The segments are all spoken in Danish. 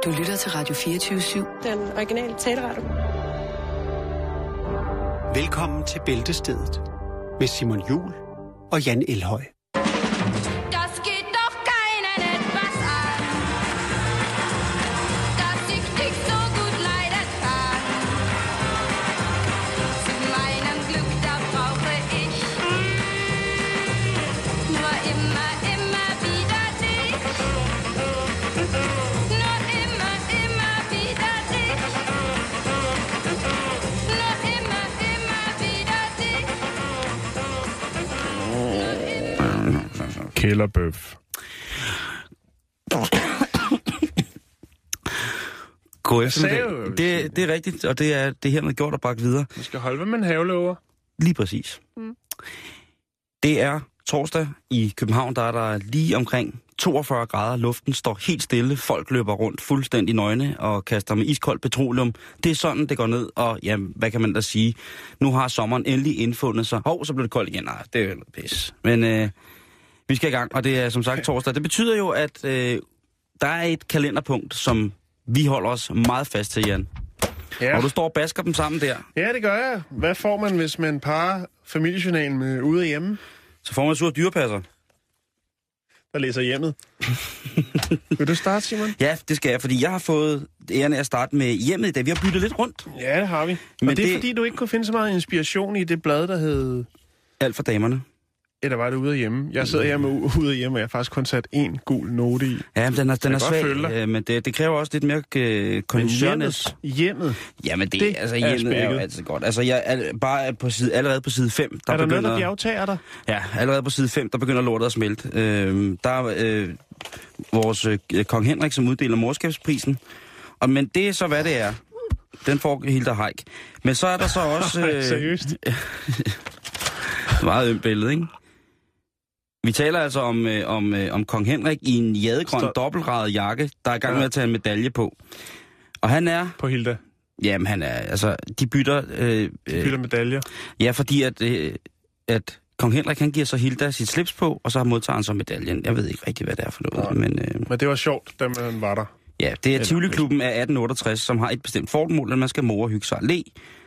Du lytter til Radio 24/7. Den originale taleradio. Velkommen til Bæltestedet med Simon Juhl og Jan Elhøj. Kælderbøf. God eftermiddag. Det er rigtigt, og det er hermed gjort og bragt videre. Vi skal holde, hvad man havelover. Lige præcis. Det er torsdag i København, der er der lige omkring 42 grader. Luften står helt stille. Folk løber rundt fuldstændig nøgne og kaster med iskoldt petroleum. Det er sådan, det går ned, og ja, hvad kan man da sige? Nu har sommeren endelig indfundet sig. Så blev det koldt igen. Nej, det er jo noget pis. Men vi skal i gang, og det er som sagt torsdag. Det betyder jo, at der er et kalenderpunkt, som vi holder os meget fast til, Jan. Ja. Og du står og basker dem sammen der. Ja, det gør jeg. Hvad får man, hvis man parer familiejournalen med ude og hjemme? Så får man sur dyrepasser. Der læser hjemmet. Vil du starte, Simon? Ja, det skal jeg, fordi jeg har fået æren af at starte med hjemmet i dag. Vi har byttet lidt rundt. Ja, det har vi. Men og det er fordi, du ikke kunne finde så meget inspiration i det blad, der hed... Alt for damerne. Eller var det ude og hjemme? Jeg sidder her med ude og hjemme, og jeg har faktisk kun sat en gul note i. Ja, men den er svag, men det kræver også lidt mere koncernes. Hjemmet? Jamen det altså hjemmet er jo altid godt. Altså bare på allerede på side 5, der begynder... Er der noget, der bjergtager dig? Ja, allerede på side 5, der begynder lortet at smelte. Der er vores kong Henrik, som uddeler morskabsprisen. Men det er så, hvad det er. Den får Hilda Haik. Men så er der så også... Seriøst? Meget ømt billede, ikke? Vi taler altså om kong Henrik i en jadegrøn dobbeltradet jakke, der er i gang med at tage en medalje på. Og han er... På Hilda? Jamen, han er... Altså, de bytter... bytter medaljer? Ja, fordi at kong Henrik, han giver så Hilda sit slips på, og så modtager han så medaljen. Jeg ved ikke rigtig, hvad det er for noget. Men det var sjovt, da man var der. Ja, det er Tivoli-klubben af 1868, som har et bestemt formål, at man skal more, hygge sig og le.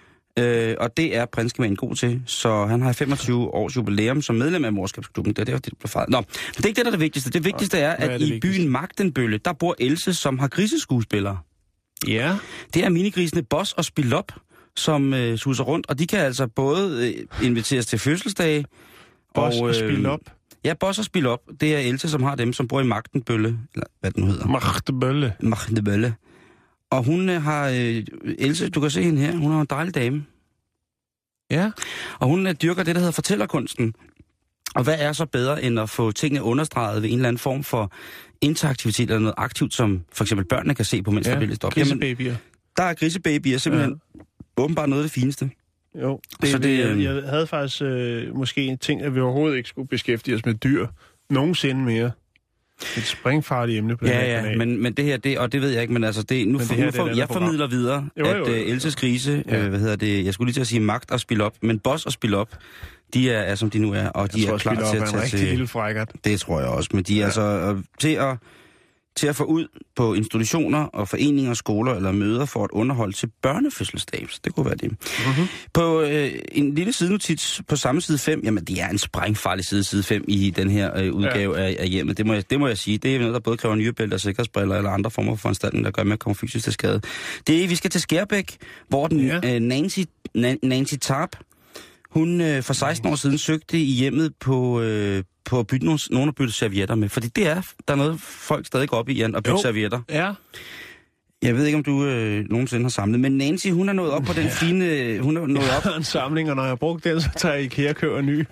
Og det er prinskemagen god til, så han har 25 års jubilæum som medlem af morskabsklubben. Det er det, der blev fejret. Nå, men det er ikke det, der er det vigtigste. Det vigtigste er, at i byen Magdenbølle, der bor Else, som har griseskuespillere. Ja. Det er minigrisene Boss og Spilop, som suser rundt, og de kan altså både inviteres til fødselsdage. Boss og Spilop? Ja, Boss og Spilop. Det er Else, som har dem, som bor i Magdenbølle, eller hvad den nu hedder. Magdenbølle. Og hun har, Else, du kan se hende her, hun er en dejlig dame. Ja. Og hun dyrker det, der hedder fortællerkunsten. Og hvad er så bedre, end at få tingene understreget ved en eller anden form for interaktivitet eller noget aktivt, som for eksempel børnene kan se på, mens der bliver lidt op. Grisebabyer. Der er grisebabyer, simpelthen åbenbart noget af det fineste. Jo, jeg havde faktisk måske en ting, at vi overhovedet ikke skulle beskæftige os med dyr nogensinde mere. Et springfarligt emne på den her kanal. Men det her, og det ved jeg ikke, men altså jeg formidler videre, at Elses grise, jeg skulle lige til at sige magt og spil op, men Boss og spil op, de er som de nu er, og de er klar til at tage til... Lille frækkert. Det tror jeg også, men de er altså til at få ud på institutioner og foreninger, skoler eller møder for at underholde til børnefødselsdag. Det kunne være det. Mm-hmm. På en lille sidenotits på samme side 5, jamen det er en sprængfarlig side 5 i den her udgave af hjemmet. Det må jeg sige. Det er noget, der både kræver nyrebælter, sikkerhedsbriller eller andre former for foranstaltninger, der gør med at komme fysisk til skade. Vi skal til Skærbæk, hvor den Nancy Tarp, hun for 16 år siden søgte i hjemmet på at bytte nogle at bytte servietter med. Fordi der er noget, folk stadig går op i, Jan, at bytte servietter. Ja. Jeg ved ikke, om du nogensinde har samlet, men Nancy, hun er nået op på den fine... Hun er nået op. Jeg har en samling, og når jeg har brugt den, så tager jeg IKEA og køber ny.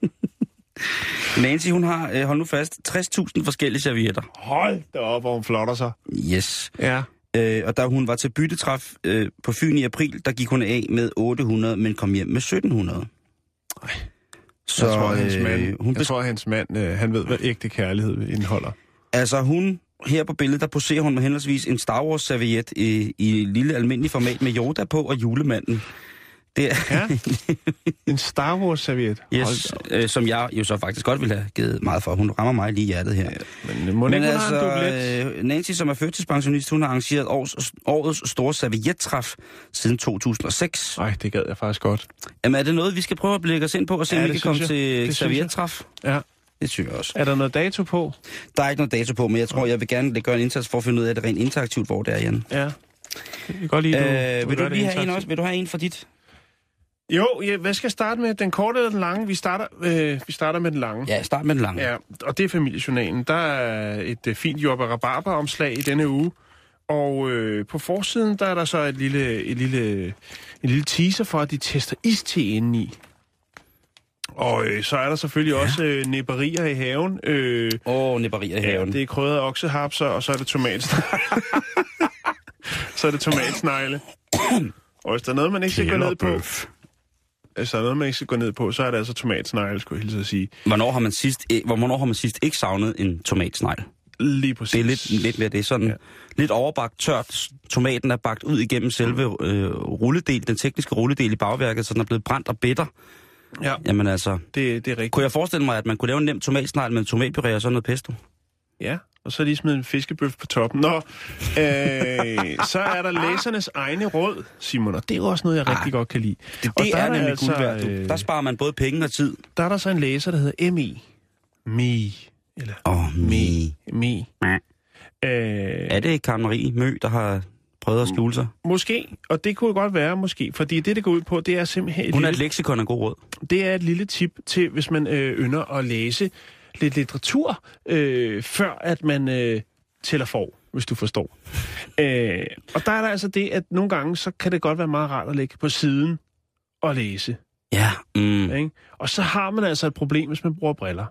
Nancy, hun har, hold nu fast, 60.000 forskellige servietter. Hold da op, hvor hun flotter sig. Yes. Ja. Og da hun var til byttetræf på Fyn i april, der gik hun af med 800, men kom hjem med 1700. Ej. Så jeg tror, hans mand, han ved, hvad ægte kærlighed indeholder. Altså hun, her på billedet, der poserer hun med henholdsvis en Star Wars-serviet i lille almindelig format med Yoda på og julemanden. Det er Ja. En Star Wars-serviet. Yes, som jeg jo så faktisk godt ville have givet meget for. Hun rammer mig lige i hjertet her. Ja, men altså, Nancy, som er førtidspensionist, hun har arrangeret årets store serviettræf siden 2006. Nej, det gad jeg faktisk godt. Jamen, er det noget, vi skal prøve at lægge os ind på, og se, om vi kan komme til serviettræf? Ja. Det synes jeg også. Er der noget dato på? Der er ikke noget dato på, men jeg tror, jeg vil gerne gøre en indsats for at finde ud af det rent interaktivt, hvor det er, Jan. Ja. Jeg kan godt lide, vil du lige have en også? Vil du have en for dit? Jo, hvad skal jeg starte med? Den korte eller den lange? Vi starter med den lange. Ja, start med den lange. Ja, og det er familiejournalen. Der er et fint jordbær rabarber-omslag i denne uge. Og på forsiden, der er der så en lille teaser for, at de tester iste indeni. Og så er der selvfølgelig også nipperier i haven. Nipperier i haven. Ja, det er krydrede oksehapser, og så er det tomatsnegle. Og hvis der er noget, man ikke skal gå ned på... Hvis der er noget, man ikke skal gå ned på, så er det altså tomatsnegle, skulle jeg hilse at sige. Hvornår har man sidst ikke savnet en tomatsnegle? Lige præcis. Det er lidt mere det. Sådan lidt overbagt, tørt. Tomaten er bagt ud igennem selve rulledel, den tekniske rulledel i bagværket, så den er blevet brændt og bitter. Ja, jamen altså, det er rigtigt. Kunne jeg forestille mig, at man kunne lave en nem tomatsnegle med tomatpuré og sådan noget pesto? Ja, og så lige smide en fiskebøf på toppen. Så er der læsernes egne råd, Simon, og det er jo også noget, jeg rigtig godt kan lide. Det er nemlig altså, guld værd. Der sparer man både penge og tid. Der er der så en læser, der hedder M.E. Eller Me. Er det Karen Marie Mø, der har prøvet at skjule sig? Måske, og det kunne godt være måske, fordi det går ud på, det er simpelthen... Hun er et leksikon af god råd. Det er et lille tip til, hvis man ynder at læse lidt litteratur, før at man tæller for, hvis du forstår. Og der er der altså det, at nogle gange, så kan det godt være meget rart at lægge på siden og læse. Ja. Ikke? Og så har man altså et problem, hvis man bruger briller.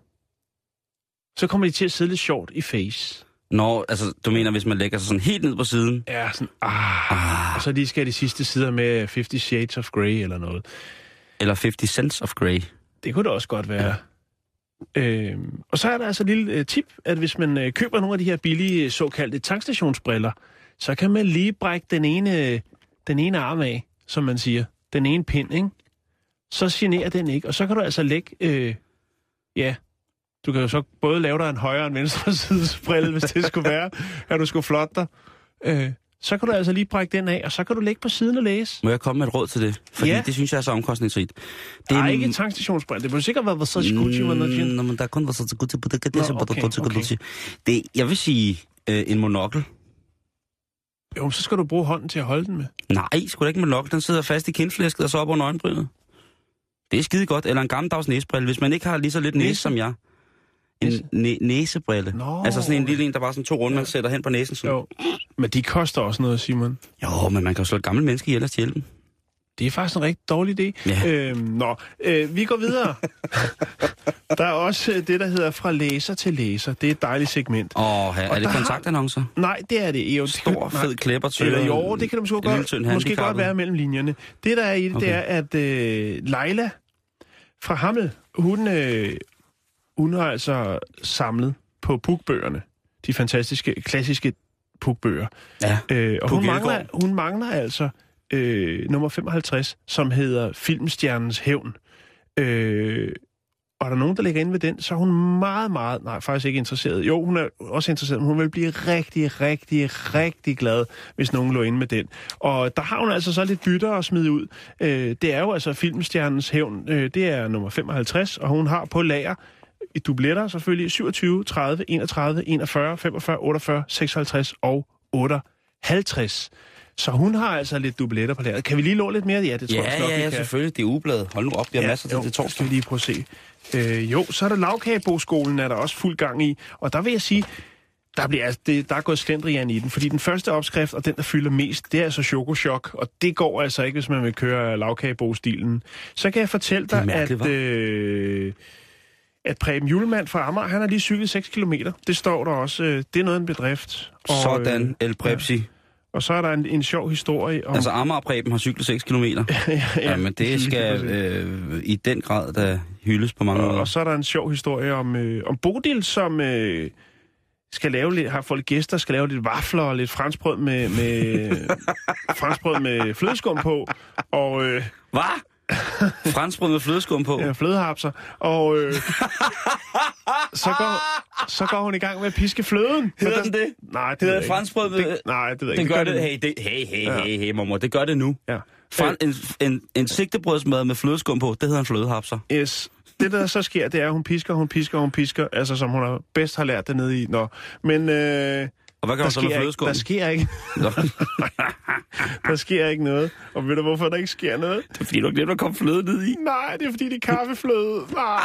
Så kommer de til at sidde lidt sjovt i face. Nå, altså, du mener, hvis man lægger sig sådan helt ned på siden? Ja, sådan, og så lige skal de sidste sider med 50 Shades of Grey eller noget. Eller 50 Cents of Grey. Det kunne det også godt være. Ja. Og så er der altså et lille tip, at hvis man køber nogle af de her billige såkaldte tankstationsbriller, så kan man lige brække den ene arm af, som man siger. Den ene pind, ikke? Så generer den ikke. Og så kan du altså lægge... Du kan jo så både lave dig en højre og en venstre sidesbrille, hvis det skulle være, at du skulle flotte dig. Så kan du altså lige brække den af, og så kan du lægge på siden og læse. Må jeg komme med et råd til det? Fordi det synes jeg er så omkostningsrigt. Det er ikke en tankstationsbrille. Det må sikkert være så skudtig. Nå, men der kun var så skudtig på det. Det, jeg vil sige en monokkel. Jo, så skal du bruge hånden til at holde den med. Nej, sgu da ikke en monokkel. Den sidder fast i kindflæsket og så op under øjenbrynet. Det er skide godt. Eller en gammeldags næsebrille, hvis man ikke har lige så lidt næse som jeg. En næsebrille. Nå. Altså sådan en lille en, der bare sådan 2 runde, man sætter hen på næsen. Sådan. Jo, men de koster også noget, Simon. Jo, men man kan jo slå et gammelt menneske ihjel og stjæle dem. Det er faktisk en rigtig dårlig idé. Ja. Vi går videre. Der er også det, der hedder fra læser til læser. Det er et dejligt segment. Er det kontaktannoncer? Nej, det er det. Jo, stor, fed klæber til. Eller jo, det kan det måske godt være mellem linjerne. Det, der er i det, det er, at Leila fra Hammel, hun har altså samlet på Puk-bøgerne. De fantastiske, klassiske Puk-bøger. Ja, og hun mangler altså nummer 55, som hedder Filmstjernens hævn. Og er der nogen, der ligger inde ved den, så er hun faktisk ikke interesseret. Jo, hun er også interesseret, men hun vil blive rigtig, rigtig, rigtig glad, hvis nogen lå inde med den. Og der har hun altså så lidt bytter at smide ud. Det er jo altså Filmstjernens hævn. Det er nummer 55, og hun har på lager i dubletter selvfølgelig 27, 30, 31, 41, 45, 48, 56 og 58. Så hun har altså lidt dubletter på lageret. Kan vi lige låne lidt mere? Ja, det tror jeg nok, vi kan. Selvfølgelig. Det er ugebladet. Hold nu op, vi har masser til det torsdag. Skal vi lige prøve at se. Så er der Lagkageboskolen, er der også fuld gang i. Og der vil jeg sige, der er gået slendrian i den. Fordi den første opskrift, og den, der fylder mest, det er altså chokochok. Og det går altså ikke, hvis man vil køre Lagkagebostilen. Så kan jeg fortælle dig, at Preben Julemand fra Amager, han har lige cyklet 6 kilometer. Det står der også. Det er noget af en bedrift. Og, sådan, El Prepsi. Ja. Og så er der en sjov historie om... Altså Amager Preben har cyklet 6 kilometer. ja, men det skal i den grad da hyldes på mange måder. Og så er der en sjov historie om Bodil, som har fået gæster, skal lave lidt vafler og lidt franskbrød med flødeskum på. Og, hvad? Franskbrød med flødeskum på? Ja, flødehapser. Og så går hun i gang med at piske fløden. Hedder den det? Nej, det hedder franskbrød med... Nej, det ved jeg ikke. Det gør det. Hey, mormor. Det gør det nu. Ja. En sigtebrødsmad med flødeskum på, det hedder en flødehapser. Yes. Det, der så sker, det er, at hun pisker, altså som hun bedst har lært det nede i. Nå. Men og hvad kan man så med flødeskum? Der sker ikke. Der sker ikke noget. Og ved du, hvorfor der ikke sker noget? Det er fordi, du har glemt at komme fløde ned i. Nej, det er fordi, det er kaffefløde.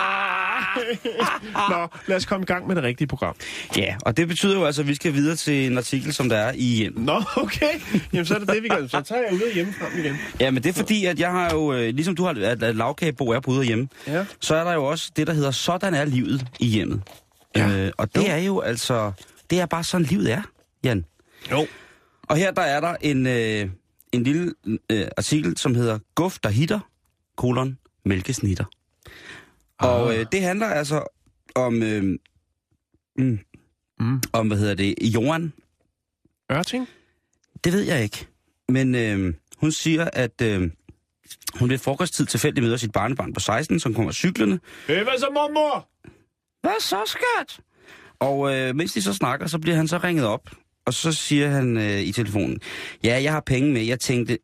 Nå, lad os komme i gang med det rigtige program. Ja, og det betyder jo altså, at vi skal videre til en artikel, som der er i Hjemmet. Nå, okay. Jamen, så er det vi gør. Så tager jeg ud af hjemme frem igen. Ja, men det er fordi, at jeg har jo, ligesom du har, at lavkagebo er på ude af hjemme, ja. Så er der jo også det, der hedder, sådan er livet i hjemmet. Ja. Og det er jo altså, det er bare sådan, livet er, Jan. Jo. Og her der er der en lille artikel, som hedder Guf, der hitter, mælkesnitter. Og det handler altså om, Johan. Ørting? Det ved jeg ikke. Men hun siger, at hun ved frokosttid tilfældigt møder sit barnebarn på 16, som kommer cyklerne. Hvad så, mormor? Hvad så, skat? Og mens de så snakker, så bliver han så ringet op. Og så siger han i telefonen, ja, jeg har penge med. Jeg tænkte,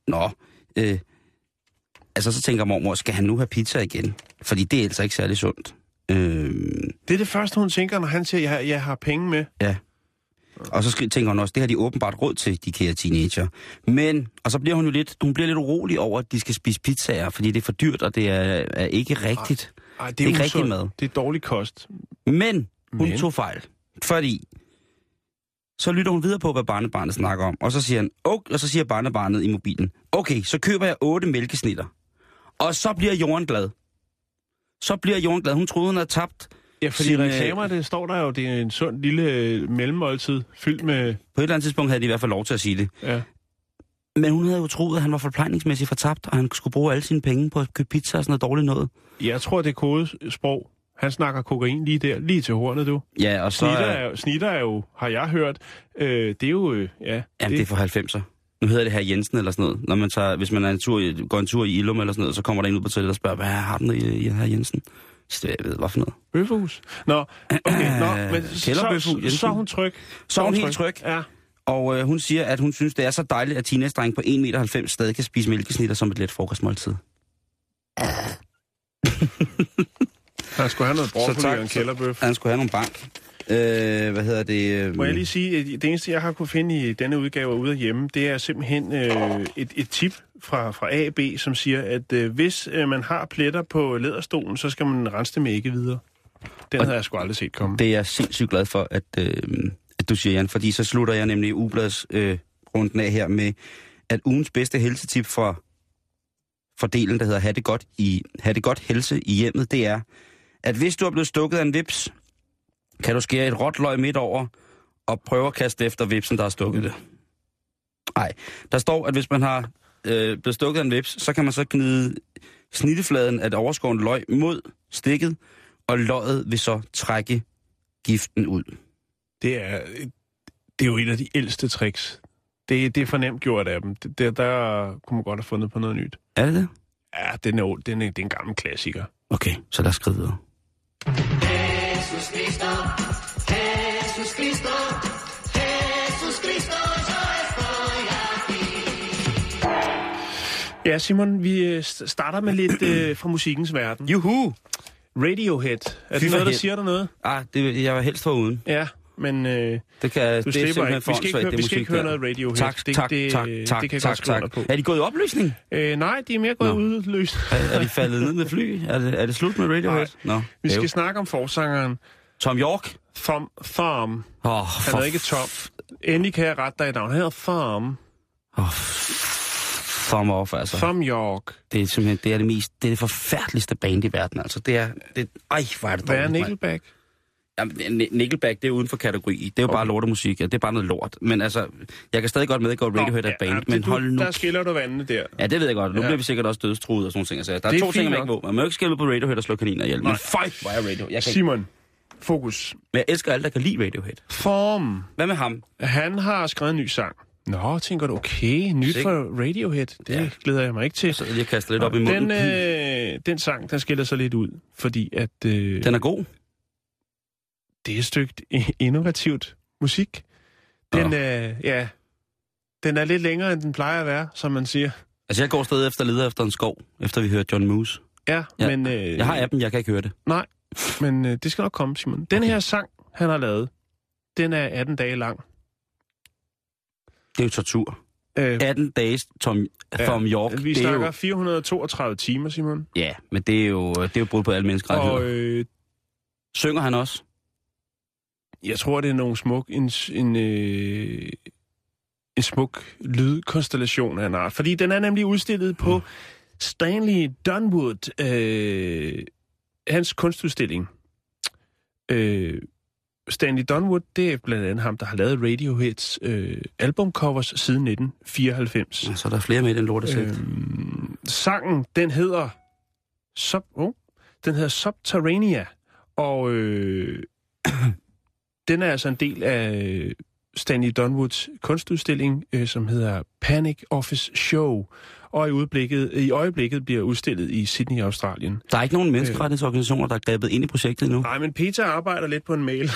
så tænker mormor, skal han nu have pizza igen? Fordi det er altså ikke særlig sundt. Det er det første, hun tænker, når han siger, jeg har penge med. Ja. Og så tænker hun også, det har de åbenbart råd til, de kære teenager. Men, og så bliver hun bliver lidt urolig over, at de skal spise pizzaer, fordi det er for dyrt, og det er ikke rigtigt. Ej, det er ikke rigtig mad. Det er dårlig kost. Men hun tog fejl. Fordi så lytter hun videre på, hvad barnebarnet snakker om. Og så siger barnebarnet i mobilen, okay, så køber jeg 8 mælkesnitter. Og så bliver Jorden glad. Hun troede, hun havde tabt. Ja, fordi i reklamer, det står der jo, det er en sund lille mellemmåltid, fyldt med... På et eller andet tidspunkt havde de i hvert fald lov til at sige det. Ja. Men hun havde jo troet, at han var forplejningsmæssigt fortabt, og han skulle bruge alle sine penge på at købe pizza og sådan noget dårligt noget. Jeg tror, det er kodesprog. Han snakker kokain lige til hornet, du. Ja, og så... Snitter er jo, har jeg hørt, det er jo... Jamen, det er for 90'er. Nu hedder det her Jensen eller sådan noget. Når man tager, hvis man går en tur i Ilum eller sådan noget, så kommer der en ud på toilettet og spørger, hvad har den i her Jensen? Så jeg ved, hvad for noget. Bøffehus. Nå, okay, men så er hun tryg. Så er hun helt tryg. Ja. Og hun siger, at hun synes, det er så dejligt, at teenage-dreng på 1,90 meter stadig kan spise mælkesnitter som et let frokostmåltid. Han skulle have noget broccoli og en kælderbøf. Han skulle have nogle bank. Må jeg lige sige, at det eneste, jeg har kunne finde i denne udgave ude af hjemme, det er simpelthen et tip fra A og B, som siger, at hvis man har pletter på læderstolen, så skal man rense det med ikke videre. Den havde jeg sgu aldrig set komme. Det er jeg sindssygt glad for, at du siger, Jan, fordi så slutter jeg nemlig ugebladets runden af her med, at ugens bedste helsetip for delen, der hedder Ha' det godt helse i hjemmet, det er, at hvis du er blevet stukket af en vips, kan du skære et råt løg midt over og prøve at kaste efter vipsen, der har stukket det. Nej, der står, at hvis man har blevet stukket af en vips, så kan man så gnide snittefladen af det overskårende løg mod stikket, og løget vil så trække giften ud. Det er jo et af de ældste tricks. Det er fornemt gjort af dem. Der kunne man godt have fundet på noget nyt. Er det det? Ja, det er en gammel klassiker. Okay, så lad os skride videre. Jesus Cristo, Jesus Cristo, Jesus Cristo, yo estoy aquí. Ja, Simon, vi starter med lidt fra musikkens verden. Juhu! Radiohead. Er det noget, der siger dig noget? Jeg var helst foruden. Ja, men det kan, du slipper ikke. Vi skal ikke høre noget Radiohead. Tak. Det kan godt skrive dig på. Er de gået i opløsning? Nej, de er mere gået udløst. Er de faldet ned med fly? Er det slut med Radiohead? Nej. Vi skal snakke om forsangeren. Tom York? Thom. Han hedder ikke Tom. Endelig kan jeg rette dig i navn. Han hedder Thom. Thom off, altså. Thom York. Det er simpelthen, det er det forfærdeligste band i verden, altså. Hvor er det dårligt. Hvad er Nickelback? Jamen, Nickelback, det er uden for kategori. Det er jo bare lortemusik, det er bare noget lort. Men altså, jeg kan stadig godt medgå, at Radiohead er et band, men hold nu... Der skiller du vandene der. Ja, det ved jeg godt. Nu bliver vi sikkert også dødstruet og sådan nogle ting. Altså, der er 2 ting, man ikke må. Man må ikke skille på Radiohead og slå kaniner ihjel. Men hvor er Radiohead? Simon, Fokus. Men jeg elsker alle, der kan lide Radiohead. Form. Hvad med ham? Han har skrevet en ny sang. Nå, tænker du, okay, nyt for Radiohead. Det glæder jeg mig ikke til. Så jeg kaster lidt op i munden. Den sang, den skiller sig lidt ud, fordi at... den er god. Det er et stykke innovativt musik. Den er lidt længere, end den plejer at være, som man siger. Altså, jeg går stadig efter leder efter en skov, efter vi hørte John Moose. Ja, men... jeg har appen, jeg kan ikke høre det. Nej, men det skal nok komme, Simon. Den her sang, han har lavet, den er 18 dage lang. Det er jo tortur. 18 dages Thom Yorke. Vi snakker 432 timer, Simon. Ja, men det er jo brud på alle menneskerettigheder. Og synger han også? Jeg tror, det er nogle en smuk lydkonstellation af en art. Fordi den er nemlig udstillet på Stanley Dunwood, hans kunstudstilling. Stanley Dunwood, det er blandt andet ham, der har lavet Radioheads albumcovers siden 1994. Ja, så er der flere med den lortesæt. Sangen, den hedder Subterranea, og den er altså en del af Stanley Dunwoods kunstudstilling, som hedder Panic Office Show, og i øjeblikket bliver udstillet i Sydney, Australien. Der er ikke nogen menneskerettighedsorganisationer, der er grebet ind i projektet nu? Nej, men Peter arbejder lidt på en mail.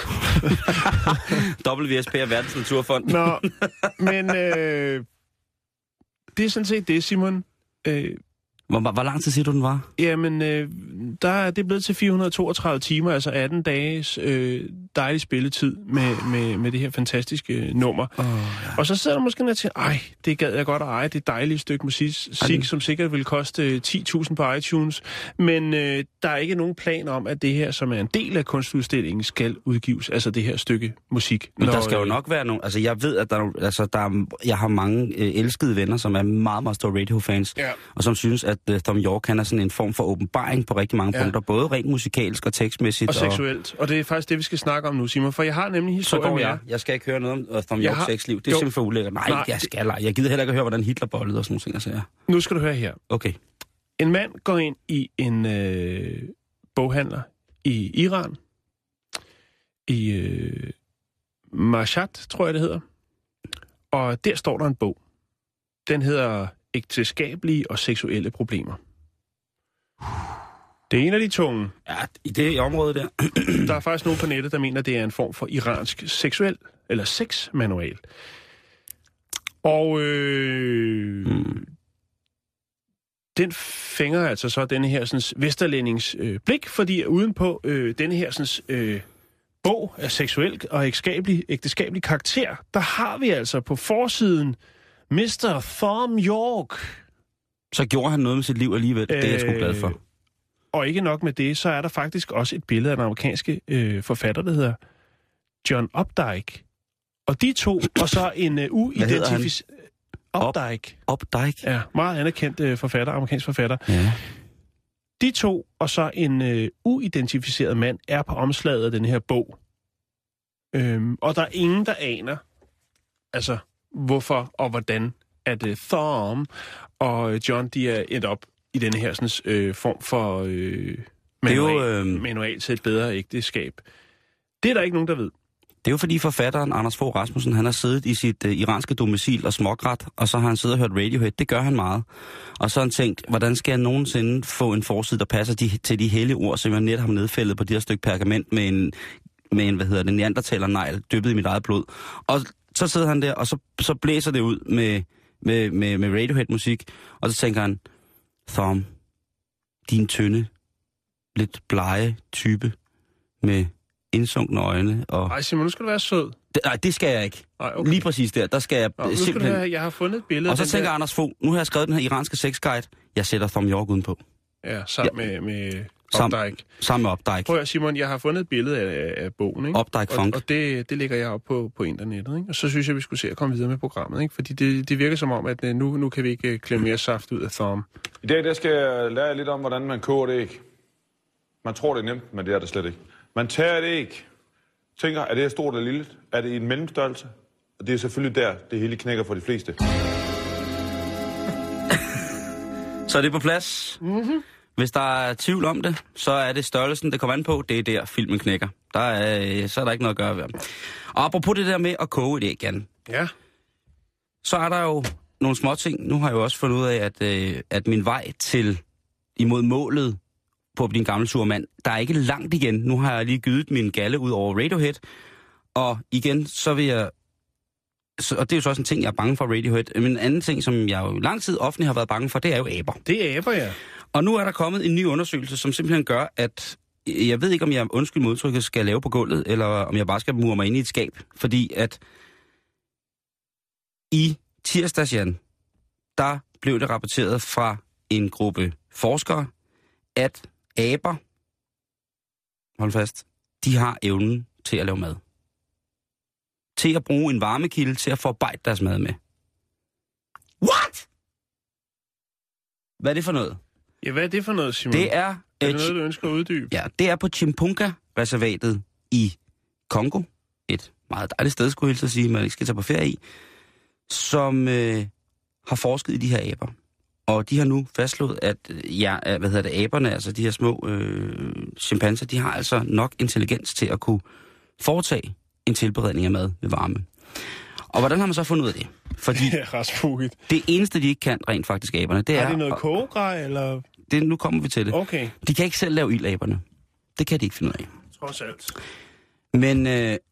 WSP og Verdens Naturfond. Nå, men det er sådan set det, Simon. Hvor lang tid siger du, den var? Jamen, det er blevet til 432 timer, altså 18 dages dejlig spilletid med det her fantastiske nummer. Og så sidder der måske ned til, det gad jeg godt at eje, det dejlige stykke musik, som sikkert vil koste 10.000 på iTunes. Men der er ikke nogen plan om, at det her, som er en del af kunstudstillingen, skal udgives, altså det her stykke musik. Men der skal jo nok være nogle... Altså, jeg ved, at jeg har mange elskede venner, som er meget, meget store Radio-fans, og som synes, at Thom Yorke, han er sådan en form for åbenbaring på rigtig mange punkter, både rent musikalsk og tekstmæssigt. Og seksuelt. Og det er faktisk det, vi skal snakke om nu, Simon, for jeg har nemlig historie med jer. Jeg skal ikke høre noget om Thom Yorkes sexliv. Det er simpelthen for ulækkert. Nej, jeg skal ej. Jeg gider heller ikke høre, hvordan Hitler bollede og sådan nogle ting, jeg siger. Nu skal du høre her. Okay. En mand går ind i en boghandler i Iran. I Mashhad, tror jeg det hedder. Og der står der en bog. Den hedder Ægteskabelige og seksuelle problemer. Det er en af de tunge. Ja, i det område der. Der er faktisk nogen på nettet, der mener, det er en form for iransk seksuel eller sexmanual. Og den fænger altså så denne her sådan, vesterlændings blik, fordi udenpå denne her sådan, bog af seksuel og ægteskabelig karakter, der har vi altså på forsiden Mr. Thom Yorke. Så gjorde han noget med sit liv alligevel. Det er jeg sgu glad for. Og ikke nok med det, så er der faktisk også et billede af den amerikanske forfatter, der hedder John Updike. Og de to, og så en uidentificeret... Updike. Updike? Ja, meget anerkendt forfatter, amerikansk forfatter. Ja. De to, og så en uidentificeret mand, er på omslaget af den her bog. Og der er ingen, der aner, altså, hvorfor og hvordan, at Thom og John, de er endt op i denne her sådan, form for manual til et bedre ægteskab. Det er der ikke nogen, der ved. Det er jo fordi forfatteren Anders Fogh Rasmussen, han har siddet i sit iranske domicil og smågrædt, og så har han siddet og hørt Radiohead. Det gør han meget. Og så har han tænkt, hvordan skal jeg nogensinde få en forside, der passer til de hellige ord, som jeg net har nedfældet på det her stykke pergament med en neandertaler-negl dyppet i mit eget blod. Og så sidder han der, og så blæser det ud med Radiohead-musik, og så tænker han, Thom, din tynde, lidt blege type med indsunkne øjne. Og... Ej, Simon, nu skal du være sød. Nej, det skal jeg ikke. Ej, okay. Lige præcis der skal jeg simpelthen... Jeg har fundet et billede. Og så tænker Anders Fogh, nu har jeg skrevet den her iranske sexguide, jeg sætter Thom Yorke udenpå. Ja, sammen med Updike. Sammen med Updike. Prøv at, Simon, jeg har fundet et billede af bogen, ikke? Updike Funk. Og det lægger jeg op på internettet, ikke? Og så synes jeg, vi skulle se at komme videre med programmet, ikke? Fordi det virker som om, at nu kan vi ikke klemme mere saft ud af Thom. I dag der skal jeg lære lidt om, hvordan man koger et æg. Man tror, det er nemt, men det er det slet ikke. Man tager et æg, tænker, er det her stort eller lille? Er det i en mellemstørrelse? Og det er selvfølgelig der, det hele knækker for de fleste. Så er det på plads. Mm-hmm. Hvis der er tvivl om det, så er det størrelsen, det kommer an på. Det er der, filmen knækker. så er der ikke noget at gøre ved. Og apropos det der med at koge et æg, Jan. Ja. Så er der jo nogle små ting. Nu har jeg jo også fundet ud af, at min vej imod målet på din gamle surmand, der er ikke langt igen. Nu har jeg lige gydet min galle ud over Radiohead. Og igen, så vil jeg... Og det er jo så også en ting, jeg er bange for Radiohead. Men en anden ting, som jeg jo lang tid offentligt har været bange for, det er jo aber. Det er aber, ja. Og nu er der kommet en ny undersøgelse, som simpelthen gør, at... Jeg ved ikke, om jeg undskyld modtrykket skal lave på gulvet, eller om jeg bare skal mure mig ind i et skab. Fordi at i tirsdags, Jan, der blev det rapporteret fra en gruppe forskere, at aber, hold fast, de har evnen til at lave mad. Til at bruge en varmekilde til at forarbejde deres mad med. What? Hvad er det for noget? Ja, hvad er det for noget, Simon? Det er... Er det noget, du ønsker at uddybe? Ja, det er på Chimpunka-reservatet i Kongo. Et meget dejligt sted, skulle jeg hilse at sige, man ikke skal tage på ferie i. Som har forsket i de her aber. Og de har nu fastslået, at aberne, altså de her små chimpanser, de har altså nok intelligens til at kunne foretage en tilberedning af mad ved varme. Og hvordan har man så fundet ud af det? Fordi det er raspuget. Det eneste, de ikke kan rent faktisk, aberne, det er... Er det noget kogegrej, eller...? Nu kommer vi til det. Okay. De kan ikke selv lave ild, aberne. Det kan de ikke finde ud af. Trods alt. Men,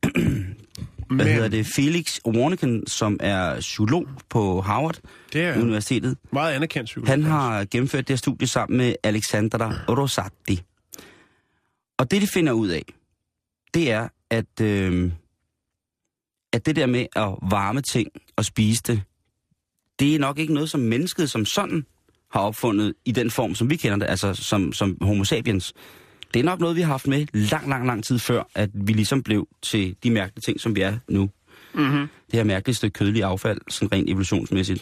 Felix Warneken, som er psykolog på Harvard Universitetet. Meget anerkendt psykolog. Han har gennemført det her studie sammen med Alexandra Rosati. Og det, de finder ud af, det er, at det der med at varme ting og spise det er nok ikke noget, som mennesket som sådan har opfundet i den form, som vi kender det, altså som homo sapiens. Det er nok noget, vi har haft med lang tid før, at vi ligesom blev til de mærkelige ting, som vi er nu. Mm-hmm. Det her mærkelige stykke kødelige affald, sådan rent evolutionsmæssigt.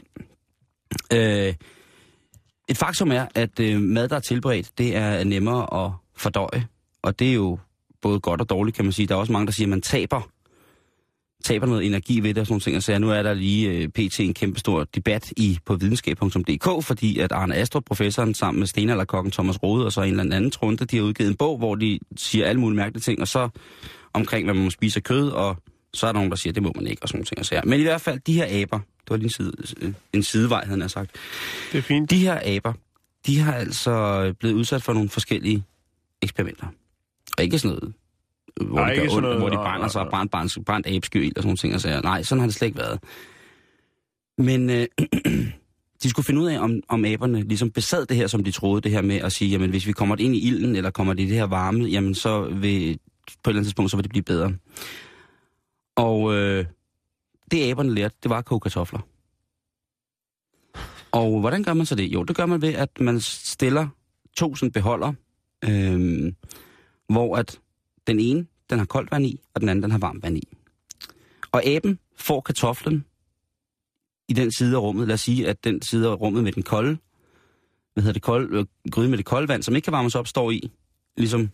Et faktum er, at mad, der er tilberedt, det er nemmere at fordøje. Og det er jo både godt og dårligt, kan man sige. Der er også mange, der siger, at man taber noget energi ved det og sådan nogle ting. Så nu er der lige pt. En kæmpe stor debat på videnskab.dk, fordi at Arne Astrup, professoren, sammen med stenalderkokken Thomas Rode og så en eller anden trunde, de har udgivet en bog, hvor de siger alle mulige mærkelige ting, og så omkring, hvad man må spise af kød, og så er der nogen, der siger, det må man ikke, og sådan nogle ting. Men i hvert fald, de her aber, det var lige en sidevej, havde han sagt. Det er fint. De her aber, de har altså blevet udsat for nogle forskellige eksperimenter. Og ikke sådan noget, hvor det gør ondt, hvor de brænder sig og brændt abeskyld og sådan nogle ting, og siger, nej, sådan har det slet ikke været. Men de skulle finde ud af, om aberne ligesom besad det her, som de troede, det her med at sige, jamen hvis vi kommer ind i ilden, eller kommer det i det her varme, jamen så vil, på et eller andet tidspunkt, så vil det blive bedre. Og det aberne lærte, det var at koge kartofler. Og hvordan gør man så det? Jo, det gør man ved, at man stiller 2 sådan beholder, hvor at den ene, den har koldt vand i, og den anden, den har varmt vand i. Og aben får kartoflen i den side af rummet. Lad os sige, at den side af rummet med den kolde, gryde med det kolde vand, som ikke kan varmes op, står i, ligesom...